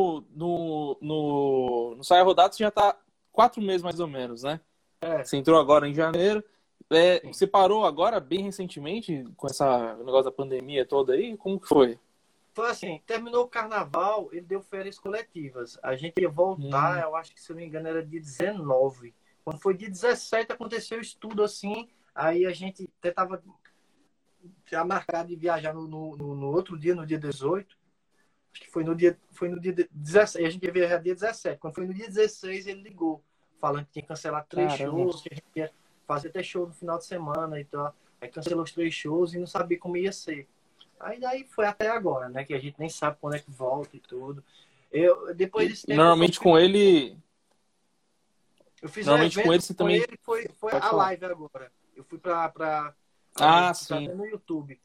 no Saia Rodato já tá 4 meses mais ou menos, né? É, Você entrou agora em janeiro. sim. Você parou agora, bem recentemente, com essa negócio da pandemia toda aí? Como que foi? Foi assim, terminou o carnaval, ele deu férias coletivas. A gente ia voltar, Hum, eu acho que, se eu não me engano, era dia 19. Quando foi dia 17, aconteceu isso tudo assim. Aí a gente até tava já marcado de viajar no outro dia, no dia 18. Acho que foi no dia 17. A gente ia viajar dia 17. Quando foi no dia 16, ele ligou, falando que tinha que cancelar 3 shows, caramba. que a gente ia fazer até show no final de semana e tal. Aí cancelou os 3 shows e não sabia como ia ser. Aí daí foi até agora, né? Que a gente nem sabe quando é que volta e tudo. Depois E, desse e tempo, normalmente com ele. eu fiz um Normalmente com ele evento você com também. ele, foi Pode a falar. live agora. Eu fui pra a live Ah, que tá até sim. no YouTube.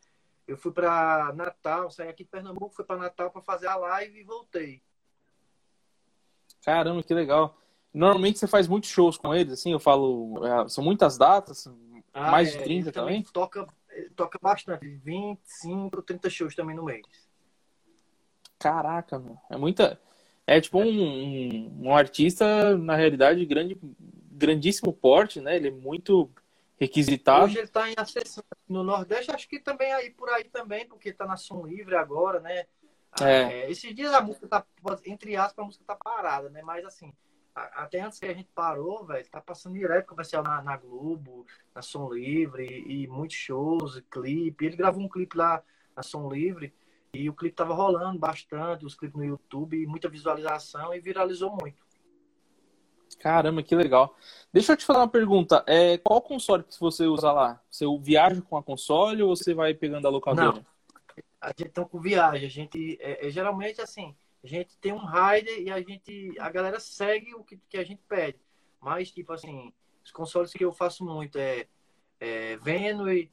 Eu fui para Natal, saí aqui de Pernambuco, fui para Natal para fazer a live e voltei. Caramba, que legal. Normalmente você faz muitos shows com eles, assim, eu falo, são muitas datas, Ah, mais de é. Ele 30 também também? toca bastante, 25, 30 shows também no mês. Caraca, meu, é muita. É tipo um artista, na realidade, grandíssimo porte, né? Ele é muito requisitado. Hoje ele está em ascensão no Nordeste, acho que também aí por aí também, porque está na Som Livre agora, né? É, Esses dias a música tá, entre aspas, a música tá parada, né? Mas assim, até antes que a gente parou, velho, tá passando direto comercial na Globo, na Som Livre, e muitos shows, clipe. Ele gravou um clipe lá na Som Livre, e o clipe tava rolando bastante, os clipes no YouTube, muita visualização e viralizou muito. caramba, que legal. Deixa eu te fazer uma pergunta. Qual console que você usa lá? Você viaja com a console ou você vai pegando a Não, locadora? a gente tá com viagem, a gente geralmente assim, a gente tem um rider e a galera segue o que a gente pede. Mas tipo assim, os consoles que eu faço muito Venue,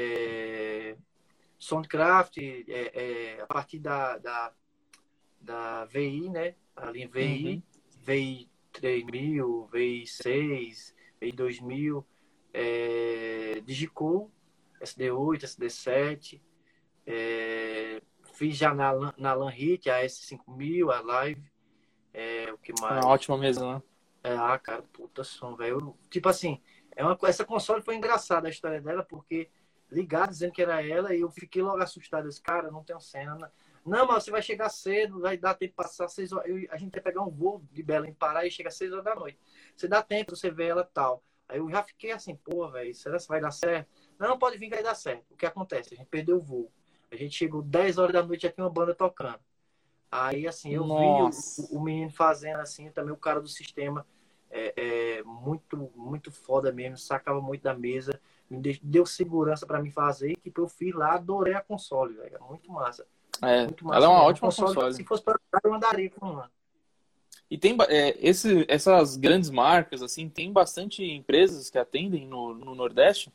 Soundcraft, a partir da VI, né? A linha Uhum. VI 3000, VI 6, VI 2000, Digicool, SD8, SD7, fiz já na LAN-HIT, a S5000, a Live, o que É uma mais? ótima mesa, né? Cara, puta som, velho. Tipo assim, essa console foi engraçada a história dela, porque ligaram dizendo que era ela e eu fiquei logo assustado. Eu disse, cara, não tenho cena. Não, mas você vai chegar cedo, vai dar tempo de passar 6 horas. A gente vai pegar um voo de Belém Pará e chega às 6 horas da noite. Você dá tempo, você vê ela tal. Aí eu já fiquei assim, pô, velho, será que vai dar certo? Não, pode vir que vai dar certo. O que acontece? A gente perdeu o voo. A gente chegou 10 horas da noite e já tinha uma banda tocando. Aí, assim, eu vi Nossa. o menino fazendo assim, também o cara do sistema muito, muito foda mesmo, sacava muito da mesa, deu segurança para mim fazer, e tipo, eu fiz lá, adorei a console, velho, muito Ela é massa uma mesmo. A ótima console, console. se fosse para eu andaria com uma. E tem essas grandes marcas, assim, tem bastante empresas que atendem no Nordeste?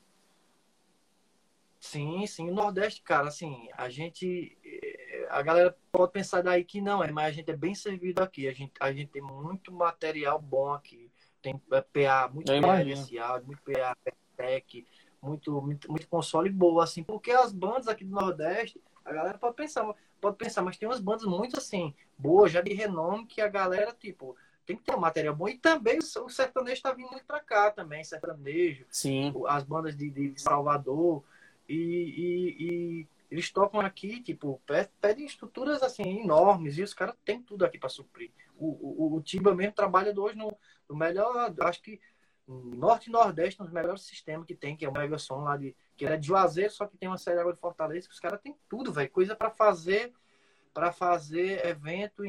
Sim, sim, o Nordeste, cara, assim, a galera pode pensar daí que não é, mas a gente é bem servido aqui, a gente tem muito material bom aqui, tem PA, muito Eu PA imagino. LS Audio, muito PA Tech, muito console boa, assim, porque as bandas aqui do Nordeste, a galera pode pensar, mas tem umas bandas muito, assim, boas, já de renome, que a galera, tipo, tem que ter um material bom, e também o sertanejo tá vindo muito pra cá também, sertanejo, Sim. as bandas de Salvador, e eles tocam aqui, tipo, pedem estruturas assim enormes e os caras têm tudo aqui para suprir. O Tiba mesmo trabalha hoje no melhor, acho que Norte e Nordeste, nos melhores sistemas que tem, que é o Megasom lá que era de Juazeiro, só que tem uma série agora de Fortaleza, que os caras têm tudo, velho, coisa para fazer evento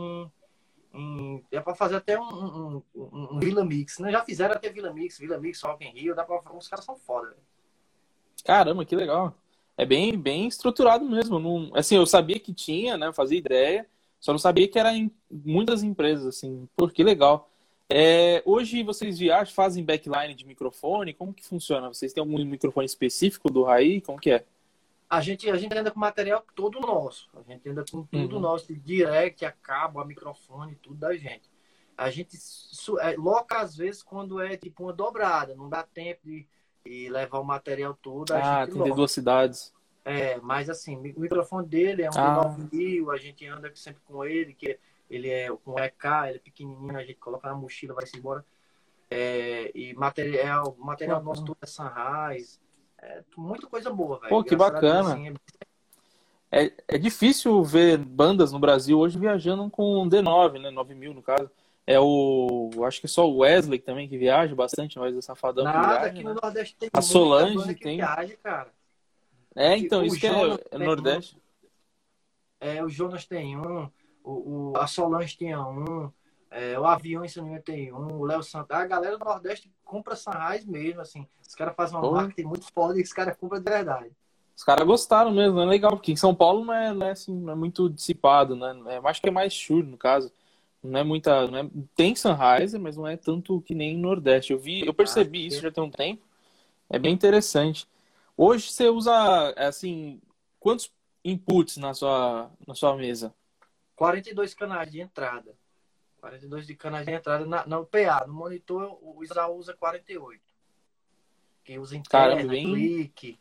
para fazer até um Vila Mix, né? Já fizeram até Vila Mix, Rock in Rio, os caras são foda, velho. Caramba, que legal. É bem, bem estruturado mesmo. Não, assim, eu sabia que tinha, né? Eu fazia ideia, só não sabia que era em muitas empresas, assim. Pô, que legal. Hoje vocês viajam, fazem backline de microfone? Como que funciona? Vocês têm algum microfone específico do Raí? Como que é? A gente anda com material todo nosso. A gente anda com tudo Uhum. nosso, de direct, a cabo, a microfone, tudo da gente. A gente loca às vezes quando é tipo uma dobrada, não dá tempo de levar o material todo, a Ah, gente tem de loca. duas cidades. Mas assim, o microfone dele é um Ah, D9000, a gente anda sempre com ele, que ele é com EK, ele é pequenininho, a gente coloca na mochila, vai-se embora. E que material nosso bacana. tudo é Sunrise. Muita coisa boa, Pô, velho. que Graças a Deus, bacana. assim, É difícil ver bandas no Brasil hoje viajando com D9, né? 9000 no caso. Acho que é só o Wesley também que viaja bastante, mas o Safadão que nada, viaja, aqui no né? Nordeste tem A muita banda Solange que tem. viaja, cara. Aqui Então, isso que é Nordeste. O Jonas tem um, a Solange tinha um, o Aviões também tem um, o Léo Santos. A galera do Nordeste compra Sunrise mesmo, assim. Os caras fazem uma Pô, marketing muito foda e os caras compram de verdade. os caras gostaram mesmo, é legal, porque em São Paulo não é assim, não é muito dissipado, né? Acho que é mais Shure, no caso. Não é muita. Tem Sunrise, mas não é tanto que nem Nordeste. Eu Acho percebi isso que já tem um tempo. É bem interessante. Hoje você usa, assim, quantos inputs na sua mesa? 42 canais de entrada. 42 de canais de entrada no PA. No monitor, o Israel usa 48. Que usa Caramba, interna, clique.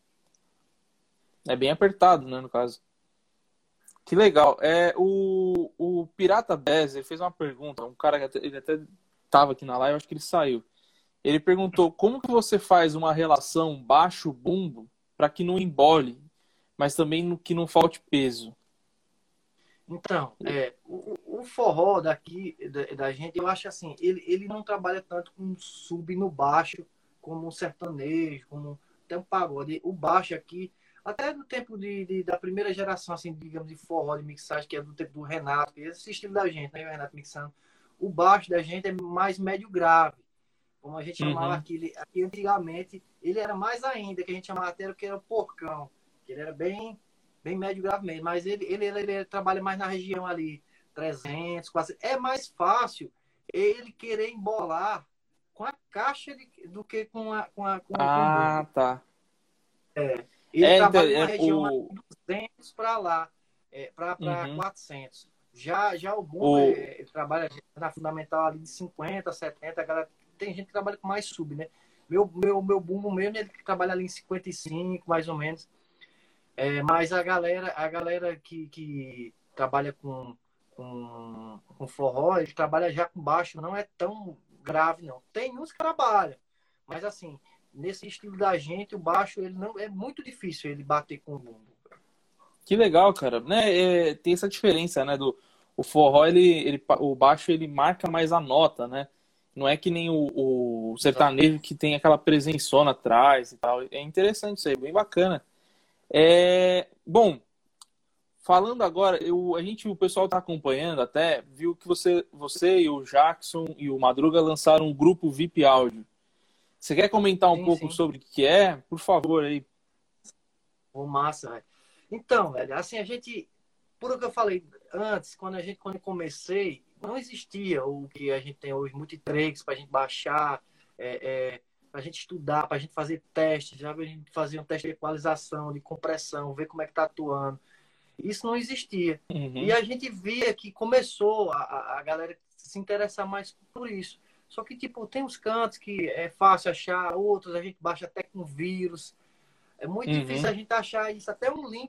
é bem apertado, né, no caso. Que legal. O Pirata Bez, ele fez uma pergunta, um cara que ele até estava aqui na live, acho que ele saiu. Ele perguntou como que você faz uma relação baixo-bumbo para que não embole, mas também que não falte peso. Então, o forró daqui, da gente, eu acho assim, ele não trabalha tanto com sub no baixo, como um sertanejo, como até um pagode. O baixo aqui, até do tempo da primeira geração, assim, digamos, de forró, de mixagem, que é do tempo do Renato, que é esse estilo da gente, né, o Renato mixando. O baixo da gente é mais médio grave, como a gente chamava Uhum. aqui antigamente, ele era mais ainda, que a gente chamava até que era o porcão, que ele era bem médio grave mesmo, mas ele trabalha mais na região ali, 300, quase. É mais fácil ele querer embolar com a caixa do que com o Ah, bumbo. tá. Ele Então, trabalha numa região mais o, de 200 para lá, para uhum. 400. Já o bumbo, o, ele trabalha na fundamental ali de 50, 70. A galera, tem gente que trabalha com mais sub, né? Meu bumbo mesmo, ele trabalha ali em 55, mais ou menos. Mas a galera que trabalha com forró, ele trabalha já com baixo, não é tão grave, não. Tem uns que trabalham, mas assim, nesse estilo da gente, o baixo, ele não é muito difícil ele bater com o bumbo. que legal, cara. Né, tem essa diferença, né? O forró, o baixo, ele marca mais a nota, né? Não é que nem o sertanejo que tem aquela presençona atrás e tal. É interessante isso aí, bem bacana. Bom, falando agora, o pessoal está acompanhando até, viu que você e o Jackson e o Madruga lançaram um grupo VIP Áudio. Você quer comentar um Sim, pouco sim. sobre o que é? Por favor, aí. Ô, massa, velho. Então, velho, assim, a gente, por o que eu falei antes, quando eu comecei, não existia o que a gente tem hoje, multitracks para a gente baixar, para a gente estudar, para a gente fazer testes, já a gente fazia um teste de equalização, de compressão, ver como é que tá atuando. Isso não existia. E Uhum, a gente via que começou a galera se interessar mais por isso. Só que, tipo, tem uns cantos que é fácil achar, outros a gente baixa até com vírus. É muito difícil uhum, a gente achar isso. Até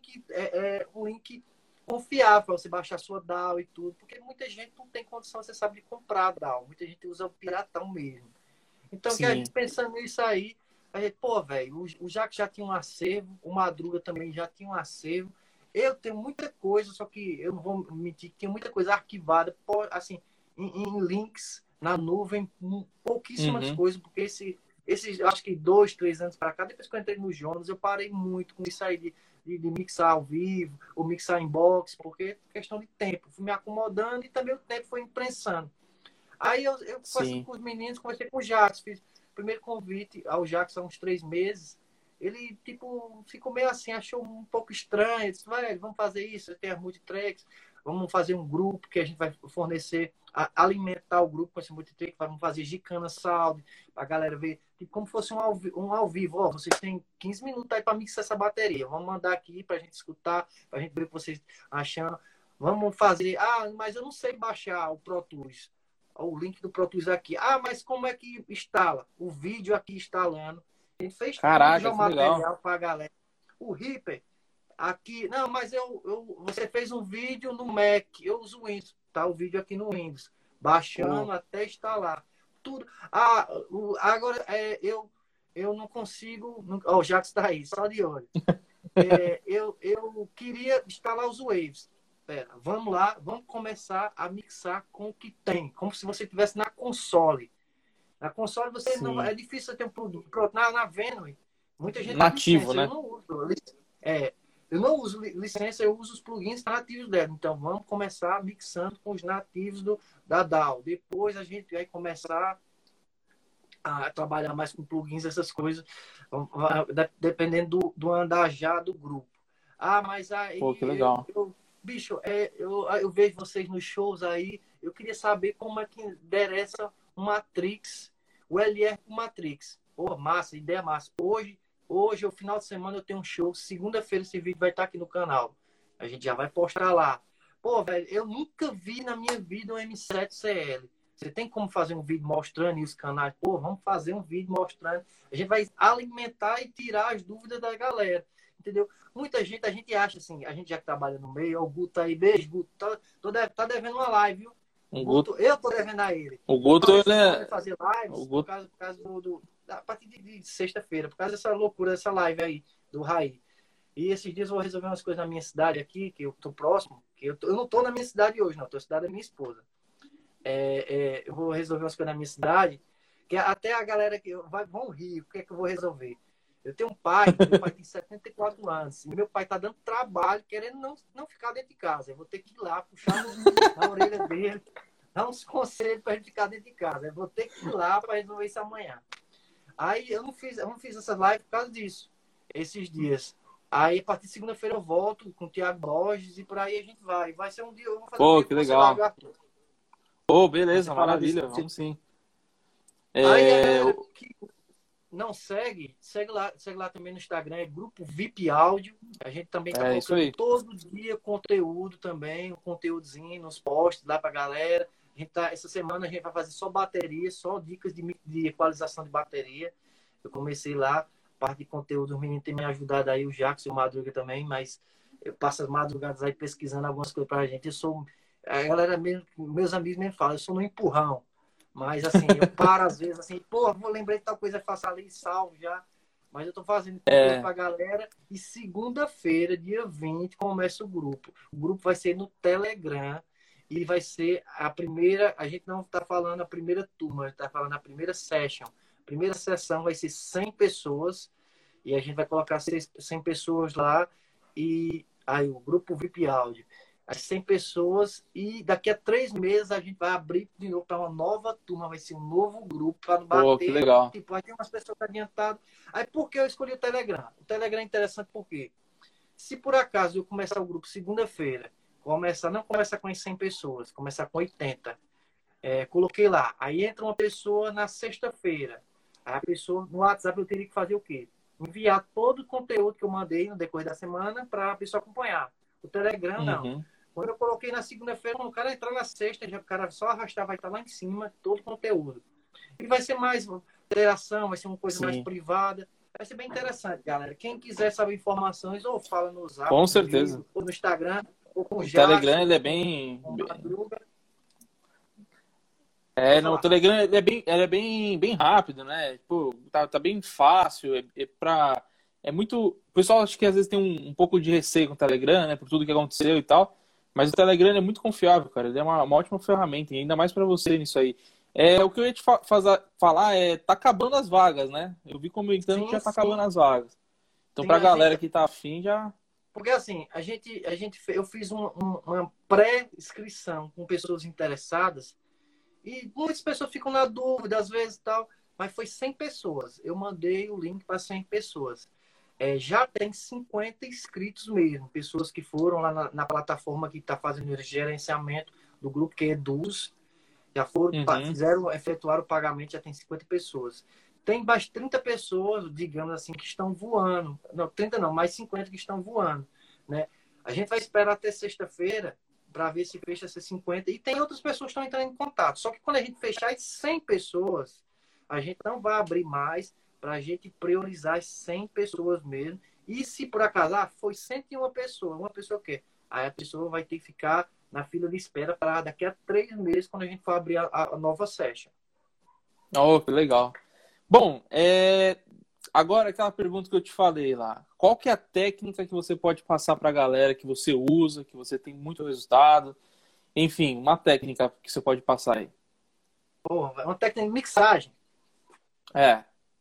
um link confiável para você baixar sua DAW e tudo, porque muita gente não tem condição, você sabe, de comprar DAW. Muita gente usa o piratão mesmo. Então, que a sim. gente pensando nisso aí, a gente, pô, velho, o Jack já tinha um acervo, o Madruga também já tinha um acervo. Eu tenho muita coisa, só que eu não vou mentir que tinha muita coisa arquivada, assim, em links na nuvem, pouquíssimas Uhum. coisas, porque esses, acho que 2, 3 anos para cá, depois que eu entrei no Jonas, eu parei muito com isso aí de mixar ao vivo, ou mixar em box, porque é questão de tempo. Fui me acomodando e também o tempo foi imprensando. Aí eu conversando Sim. com os meninos, conversei com o Jackson, fiz o primeiro convite ao Jackson há uns 3 meses. Ele, tipo, ficou meio assim, achou um pouco estranho. Disse, velho, vamos fazer isso, tem as multitracks, vamos fazer um grupo que a gente vai fornecer, alimentar o grupo com esse multitrack, vamos fazer Gicana Sound, pra galera ver, tipo, como fosse um ao vivo. Ó, vocês têm 15 minutos aí pra mixar essa bateria. Vamos mandar aqui pra gente escutar, pra gente ver o que vocês achando. Vamos fazer. Ah, mas eu não sei baixar o Pro Tools, o link do Pro Tools aqui. Ah, mas como é que instala? O vídeo aqui instalando. A gente fez tudo já Caraca, o que legal. material para a galera. O Reaper, aqui. Não, mas você fez um vídeo no Mac. Eu uso o Windows. Tá o vídeo aqui no Windows. Pô, Baixando até instalar. Tudo. Ah, agora eu não consigo. Ó, o Jax está aí, só de olho. Eu queria instalar os Waves. Pera, vamos lá, vamos começar a mixar com o que tem, como se você estivesse na console. Na console você não sim. é difícil você ter um produto. Na Venue, muita gente tem Nativo, licença, eu né? não uso. Eu não uso licença, eu uso os plugins nativos dela. Então vamos começar mixando com os nativos da DAW. Depois a gente vai começar a trabalhar mais com plugins, essas coisas, dependendo do andar já do grupo. Ah, mas Pô, que aí legal. bicho, eu vejo vocês nos shows aí, eu queria saber como é que endereça o Matrix, o LR com Matrix. Pô, massa, ideia massa. Hoje Hoje, o final de semana, eu tenho um show. Segunda-feira, esse vídeo vai estar aqui no canal. A gente já vai postar lá. Pô, velho, eu nunca vi na minha vida um M7CL. Você tem como fazer um vídeo mostrando os canais? Pô, vamos fazer um vídeo mostrando. A gente vai alimentar e tirar as dúvidas da galera. Entendeu? Muita gente, a gente acha assim, a gente já que trabalha no meio, o Guto aí, beijo, Guto, tá devendo uma live, viu? O Guto, Guto, eu tô devendo a ele. o Guto, ele Sem poder é. fazer O lives Guto, por causa a partir de sexta-feira, por causa dessa loucura, dessa live aí do Raí. E esses dias eu vou resolver umas coisas na minha cidade aqui, que eu tô próximo, que eu não tô na minha cidade hoje, não, eu tô na cidade da minha esposa. Eu vou resolver umas coisas na minha cidade, que até a galera que vão rir, o que é que eu vou resolver? Eu tenho um pai, meu pai tem 74 anos, e meu pai tá dando trabalho, querendo não ficar dentro de casa. Eu vou ter que ir lá, puxar na orelha dele, dar uns conselhos para ele ficar dentro de casa. Eu vou ter que ir lá para resolver isso amanhã. Aí eu não fiz essa live por causa disso, esses dias. Aí a partir de segunda-feira eu volto com o Thiago Borges e por aí a gente vai. Vai ser um dia, eu vou fazer um pô, dia que com você lá, viu, legal. Arthur? Pô, Você beleza, falar disso. maravilha, vamos sim. Aí a É, galera que não segue lá também no Instagram, é Grupo VIP Áudio. A gente também tá é isso colocando aí. todo dia conteúdo também, um conteúdozinho nos posts lá pra galera. Essa semana a gente vai fazer só bateria, só dicas de equalização de bateria. Eu comecei lá, parte de conteúdo, os meninos têm me ajudado aí, o Jackson e o Madruga também, mas eu passo as madrugadas aí pesquisando algumas coisas pra gente. A galera mesmo, meus amigos mesmo falam, eu sou no empurrão. Mas assim, eu paro às vezes assim, pô, vou lembrar de tal coisa, faço ali, salvo já. Mas eu tô fazendo conteúdo É, pra galera. E segunda-feira, dia 20 começa o grupo. O grupo vai ser no Telegram. E vai ser a primeira. A gente não está falando a primeira turma, a gente está falando a primeira session. A primeira sessão vai ser 100 pessoas. E a gente vai colocar 100 pessoas lá. E aí o grupo VIP Áudio as 100 pessoas e daqui a 3 meses a gente vai abrir de novo para uma nova turma, vai ser um novo grupo para não pô, que bater, legal. tipo, vai ter umas pessoas adiantadas. Aí por que eu escolhi o Telegram? O Telegram é interessante porque se por acaso eu começar o grupo segunda-feira, não começar com as 100 pessoas, começar com 80, coloquei lá, aí entra uma pessoa na sexta-feira, aí a pessoa no WhatsApp eu teria que fazer o quê? Enviar todo o conteúdo que eu mandei no decorrer da semana para a pessoa acompanhar. O Telegram, não. Uhum. Quando eu coloquei na segunda-feira, o cara entrar na sexta, já, o cara só arrastar, vai estar lá em cima, todo o conteúdo. E vai ser mais interação, vai ser uma coisa mais Sim, privada. Vai ser bem interessante, galera. Quem quiser saber informações, ou fala no Zap com certeza. comigo, ou no Instagram, ou com o O Telegram, Jackson, ele é ou bem. com o Madruga. Pode É, não, o falar. Telegram ele é bem rápido, né? Tipo, tá bem fácil. É muito. O pessoal acho que às vezes tem um pouco de receio com o Telegram, né? Por tudo que aconteceu e tal. Mas o Telegram ele é muito confiável, cara. Ele é uma ótima ferramenta, e ainda mais pra você nisso aí. O que eu ia te falar tá acabando as vagas, né? Eu vi comentando que Sim, já tá sim, acabando as vagas. Então, sim. pra galera que tá afim, já. Porque assim, eu fiz uma pré-inscrição com pessoas interessadas e muitas pessoas ficam na dúvida, às vezes tal, mas foi 100 pessoas. Eu mandei o link para 100 pessoas. Já tem 50 inscritos mesmo, pessoas que foram lá na plataforma que está fazendo o gerenciamento do grupo, que é Eduz, já foram, Uhum. efetuaram o pagamento, já tem 50 pessoas. Tem mais 30 pessoas, digamos assim, que estão voando. Não, 30 não, mais 50 que estão voando. Né? A gente vai esperar até sexta-feira para ver se fecha essas 50. E tem outras pessoas que estão entrando em contato. Só que quando a gente fechar as 100 pessoas, a gente não vai abrir mais para a gente priorizar as 100 pessoas mesmo. E se por acaso foi 101 pessoas, uma pessoa quer, aí a pessoa vai ter que ficar na fila de espera para daqui a 3 meses, quando a gente for abrir a nova session. Oh, que legal. Bom, agora aquela pergunta que eu te falei lá. Qual que é a técnica que você pode passar para a galera que você usa, que você tem muito resultado? Enfim, uma técnica que você pode passar aí. Porra, é uma técnica de mixagem. É.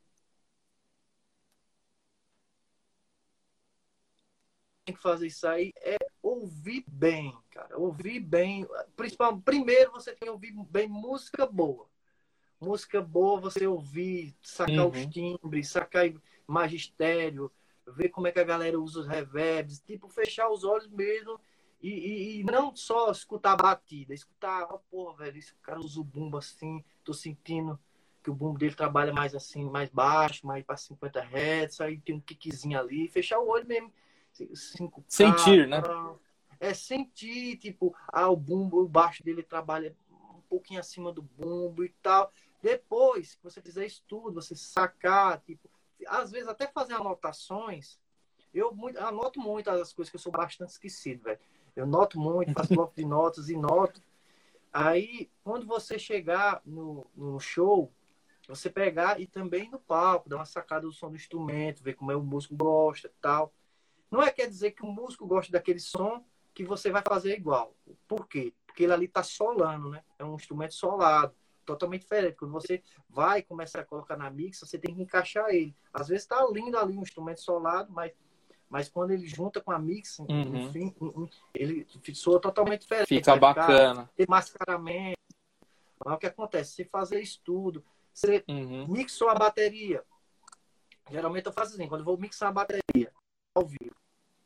Tem que fazer isso aí é ouvir bem, cara. Ouvir bem. Primeiro você tem que ouvir bem música boa. Música boa, você ouvir, sacar os Uhum. timbres, sacar magistério, ver como é que a galera usa os reverbs, tipo, fechar os olhos mesmo e não só escutar a batida, escutar, porra, velho, esse cara usa o bumbo assim, tô sentindo. que o bumbo dele trabalha mais assim, mais baixo, mais para 50 Hz, aí tem um kickzinho ali, fechar o olho mesmo, 5K, Sentir, né? sentir, tipo, o bumbo, o baixo dele trabalha um pouquinho acima do bumbo e tal. Depois que você fizer estudo, você sacar, tipo, às vezes até fazer anotações, anoto muito as coisas que eu sou bastante esquecido, velho. Eu noto muito, faço bloco de notas e noto. Aí, quando você chegar no show, você pegar e também no palco, dar uma sacada do som do instrumento, ver como é o músico gosta e tal. Não quer dizer que o músico gosta daquele som que você vai fazer igual. Por quê? Porque ele ali está solando, né? É um instrumento solado, totalmente diferente. Quando você vai começar a colocar na mix, você tem que encaixar ele. Às vezes está lindo ali um instrumento solado, mas quando ele junta com a mix, enfim, ele soa totalmente diferente. Fica bacana. Tem mascaramento. Mas o que acontece? Você fazer estudo, você mixou a bateria. Geralmente eu faço assim, quando eu vou mixar a bateria ao vivo.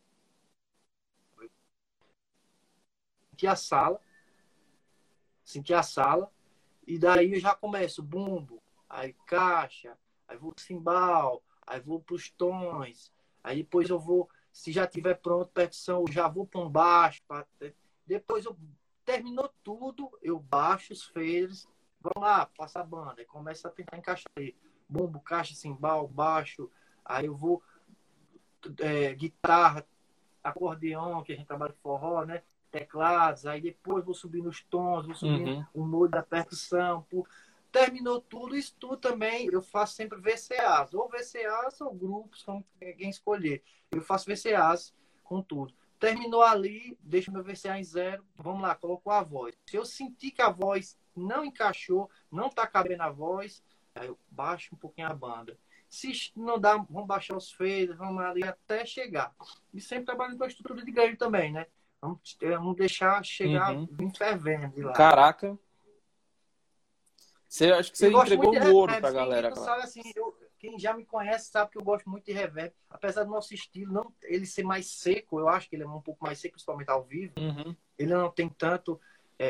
Sentir a sala, e daí eu já começo bumbo, aí caixa, aí vou pro cimbal, aí vou pros tons, aí depois eu vou, se já tiver pronto percussão, eu já vou para um baixo, depois terminou tudo, eu baixo os faders, vamos lá, passa a banda, aí começa a tentar encaixar aí, bumbo, caixa, cimbal, baixo, aí eu vou guitarra, acordeão, que a gente trabalha com forró, né? Teclados, aí depois vou subindo os tons, vou subindo o molho da percussão. Terminou tudo, isso tudo também, eu faço sempre VCAs, ou VCAs ou grupos, como quem escolher. Eu faço VCAs com tudo. Terminou ali, deixo meu VCA em 0, vamos lá, colocou a voz. Se eu sentir que a voz não encaixou, não está cabendo a voz, aí eu baixo um pouquinho a banda. Se não dá, vamos baixar os faders, vamos ali até chegar. E sempre trabalhando com a estrutura de grade também, né? Vamos deixar chegar vir fervendo de lá. Caraca. Acho que você entregou o ouro pra galera. Quem sabe, assim, quem já me conhece sabe que eu gosto muito de reverb. Apesar do nosso estilo, ele ser mais seco, eu acho que ele é um pouco mais seco, principalmente ao vivo. Ele não tem tanto,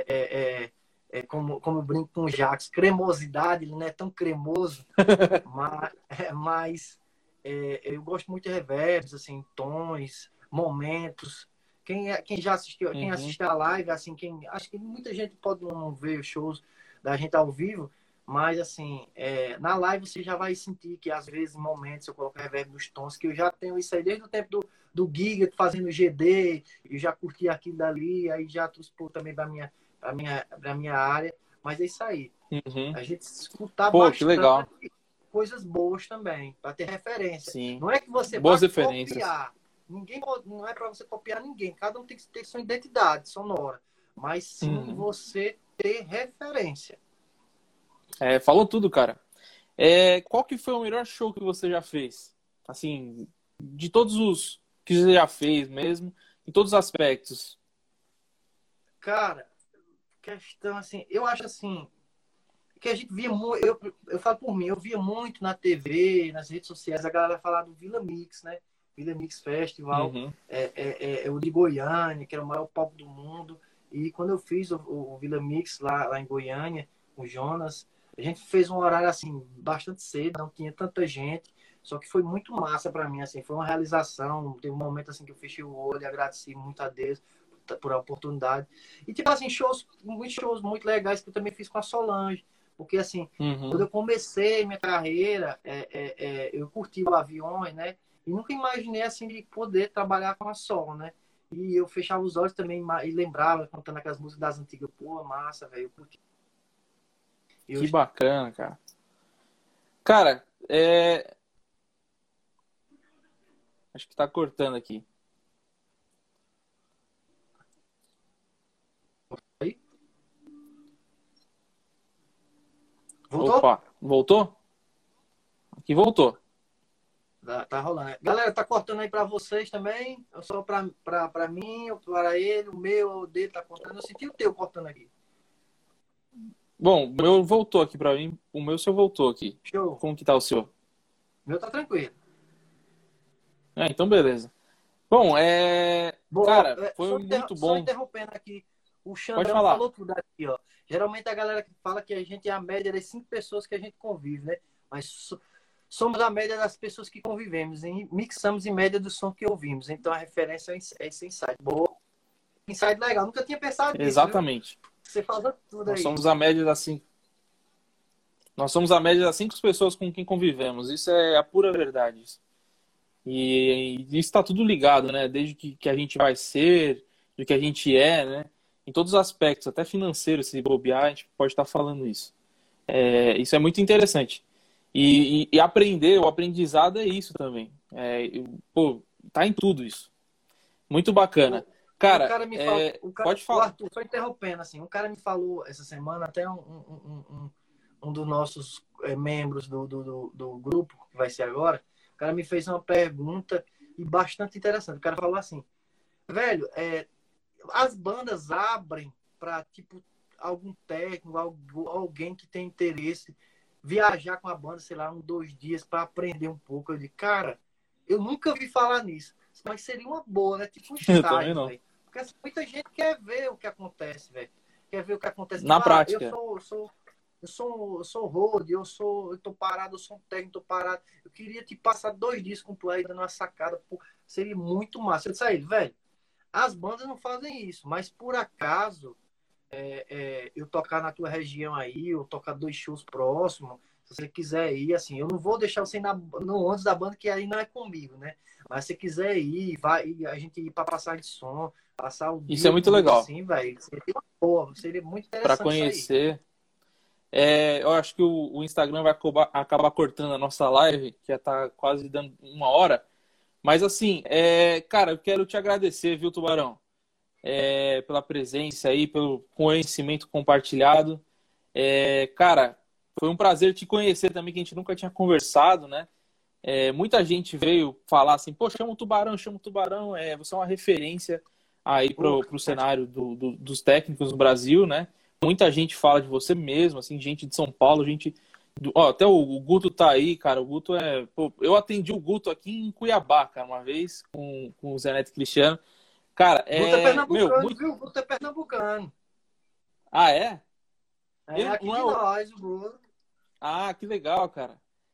como eu brinco com o Jax, cremosidade, ele não é tão cremoso. mas eu gosto muito de reverbs, assim, tons, momentos. Quem já assistiu, quem assiste a live, assim, acho que muita gente pode não ver os shows da gente ao vivo, mas assim, na live você já vai sentir que às vezes, em momentos, eu coloco reverb nos tons, que eu já tenho isso aí desde o tempo do Giga, fazendo GD, eu já curti aquilo dali, aí já trouxe também para minha área, mas é isso aí. A gente escutar bastante, que legal. Coisas boas também, para ter referência. Sim. Não é que você boas vai referências. Copiar. Não é para você copiar ninguém. Cada um tem que ter sua identidade sonora. Mas sim você ter referência. Falou tudo, cara. Qual que foi o melhor show que você já fez? Assim, de todos os que você já fez mesmo, em todos os aspectos. Cara, questão assim, eu acho assim, que a gente via muito, eu falo por mim, eu via muito na TV, nas redes sociais, a galera falar do Vila Mix, né? Vila Mix Festival, o de Goiânia, que era o maior palco do mundo. E quando eu fiz o Vila Mix lá em Goiânia, com o Jonas, a gente fez um horário assim, bastante cedo, não tinha tanta gente, só que foi muito massa para mim, assim, foi uma realização. Teve um momento assim que eu fechei o olho e agradeci muito a Deus por a oportunidade. E tipo assim, muitos shows muito legais que eu também fiz com a Solange. Porque, assim, quando eu comecei minha carreira, eu curti o Aviões, né? E nunca imaginei, assim, de poder trabalhar com a Sol, né? E eu fechava os olhos também e lembrava, cantando aquelas músicas das antigas. Pô, massa, velho, eu curti. Que bacana, cara. Cara, acho que tá cortando aqui. Aí? Voltou? Opa, voltou? Aqui voltou. Tá rolando. Galera, tá cortando aí pra vocês também? Ou só pra mim, ou para ele? O meu, o dele tá cortando? Eu senti o teu cortando aqui. Bom, o meu voltou aqui pra mim. O meu seu voltou aqui. Show. Como que tá o seu? O meu tá tranquilo. Então beleza. Bom, cara, foi muito bom. Só interrompendo aqui. o Pode Xandão falar. falou tudo aqui, ó. Geralmente a galera que fala que a gente é a média das 5 pessoas que a gente convive, né? Mas somos a média das pessoas que convivemos e mixamos em média do som que ouvimos. Então a referência é esse insight. Boa. Insight legal. Nunca tinha pensado nisso, viu? Exatamente. Você fala tudo Nós aí. somos a média das 5. Nós somos a média das 5 pessoas com quem convivemos. Isso é a pura verdade. E isso está tudo ligado, né? Desde que a gente vai ser, do que a gente é, né? Em todos os aspectos, até financeiro, se bobear, a gente pode estar falando isso. Isso é muito interessante. E aprender, o aprendizado é isso também. Pô, tá em tudo isso. Muito bacana. Cara, o cara me falou, pode falar. Arthur, só interrompendo, assim, um cara me falou essa semana, até um dos nossos membros do grupo, que vai ser agora, o cara me fez uma pergunta e bastante interessante. O cara falou assim, velho, as bandas abrem para, tipo, algum técnico, alguém que tem interesse, viajar com a banda, sei lá, 2 dias para aprender um pouco. Eu disse, cara, eu nunca vi falar nisso, mas seria uma boa, né? Tipo um estágio, velho. Porque assim, muita gente quer ver o que acontece, velho. Quer ver o que acontece. Na prática. Eu sou road, eu tô parado, eu sou um técnico, tô parado. Eu queria te passar 2 dias com tu aí, dando uma sacada. Pô, seria muito massa. Eu disse a ele, velho, as bandas não fazem isso, mas por acaso eu tocar na tua região aí, ou tocar 2 shows próximos, se você quiser ir, assim, eu não vou deixar você ir no ônibus da banda, que aí não é comigo, né? Mas se você quiser ir, vai, a gente ir para passar de som, passar o dia. Isso é muito legal. Assim, velho, seria muito interessante para conhecer. Eu acho que o Instagram vai acabar cortando a nossa live, que já tá quase dando 1 hora. Mas assim, cara, eu quero te agradecer, viu, Tubarão? Pela presença aí, pelo conhecimento compartilhado. Cara, foi um prazer te conhecer também, que a gente nunca tinha conversado, né? Muita gente veio falar assim, pô, chama o Tubarão, você é uma referência aí pro cenário dos técnicos no Brasil, né? Muita gente fala de você mesmo, assim, gente de São Paulo, gente... até o Guto tá aí, cara, o Guto Pô, eu atendi o Guto aqui em Cuiabá, cara, uma vez, com o Zé Neto Cristiano. Cara, Guto é pernambucano, viu? Guto é pernambucano. Ah, é? Aqui de nós, o Guto. Ah, que legal, cara.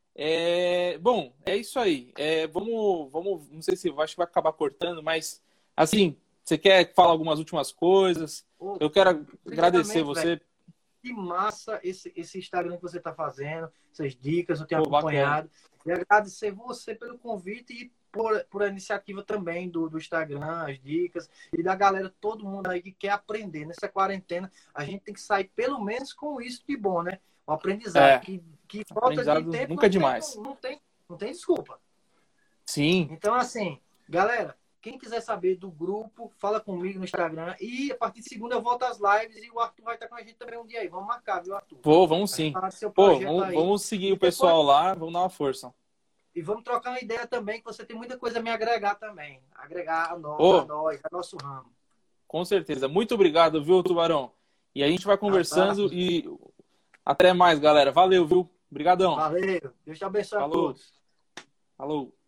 Bom, é isso aí. Vamos, não sei se acho que vai acabar cortando, mas assim, você quer falar algumas últimas coisas? Eu quero agradecer você. Velho, que massa esse Instagram que você está fazendo, essas dicas, eu tenho acompanhado. E agradecer você pelo convite e por a iniciativa também do Instagram, as dicas, e da galera, todo mundo aí que quer aprender. Nessa quarentena, a gente tem que sair pelo menos com isso de bom, né? O aprendizado. Que falta de tempo nunca é demais. Não tem desculpa. Sim. Então, assim, galera, quem quiser saber do grupo, fala comigo no Instagram. E a partir de segunda eu volto às lives e o Arthur vai estar com a gente também um dia aí. Vamos marcar, viu, Arthur? Vamos sim. Vamos seguir o pessoal lá, vamos dar uma força. E vamos trocar uma ideia também, que você tem muita coisa a me agregar também. Agregar a nós, a nosso ramo. Com certeza. Muito obrigado, viu, Tubarão? E a gente vai conversando e até mais, galera. Valeu, viu? Obrigadão. Valeu. Deus te abençoe a todos. Falou.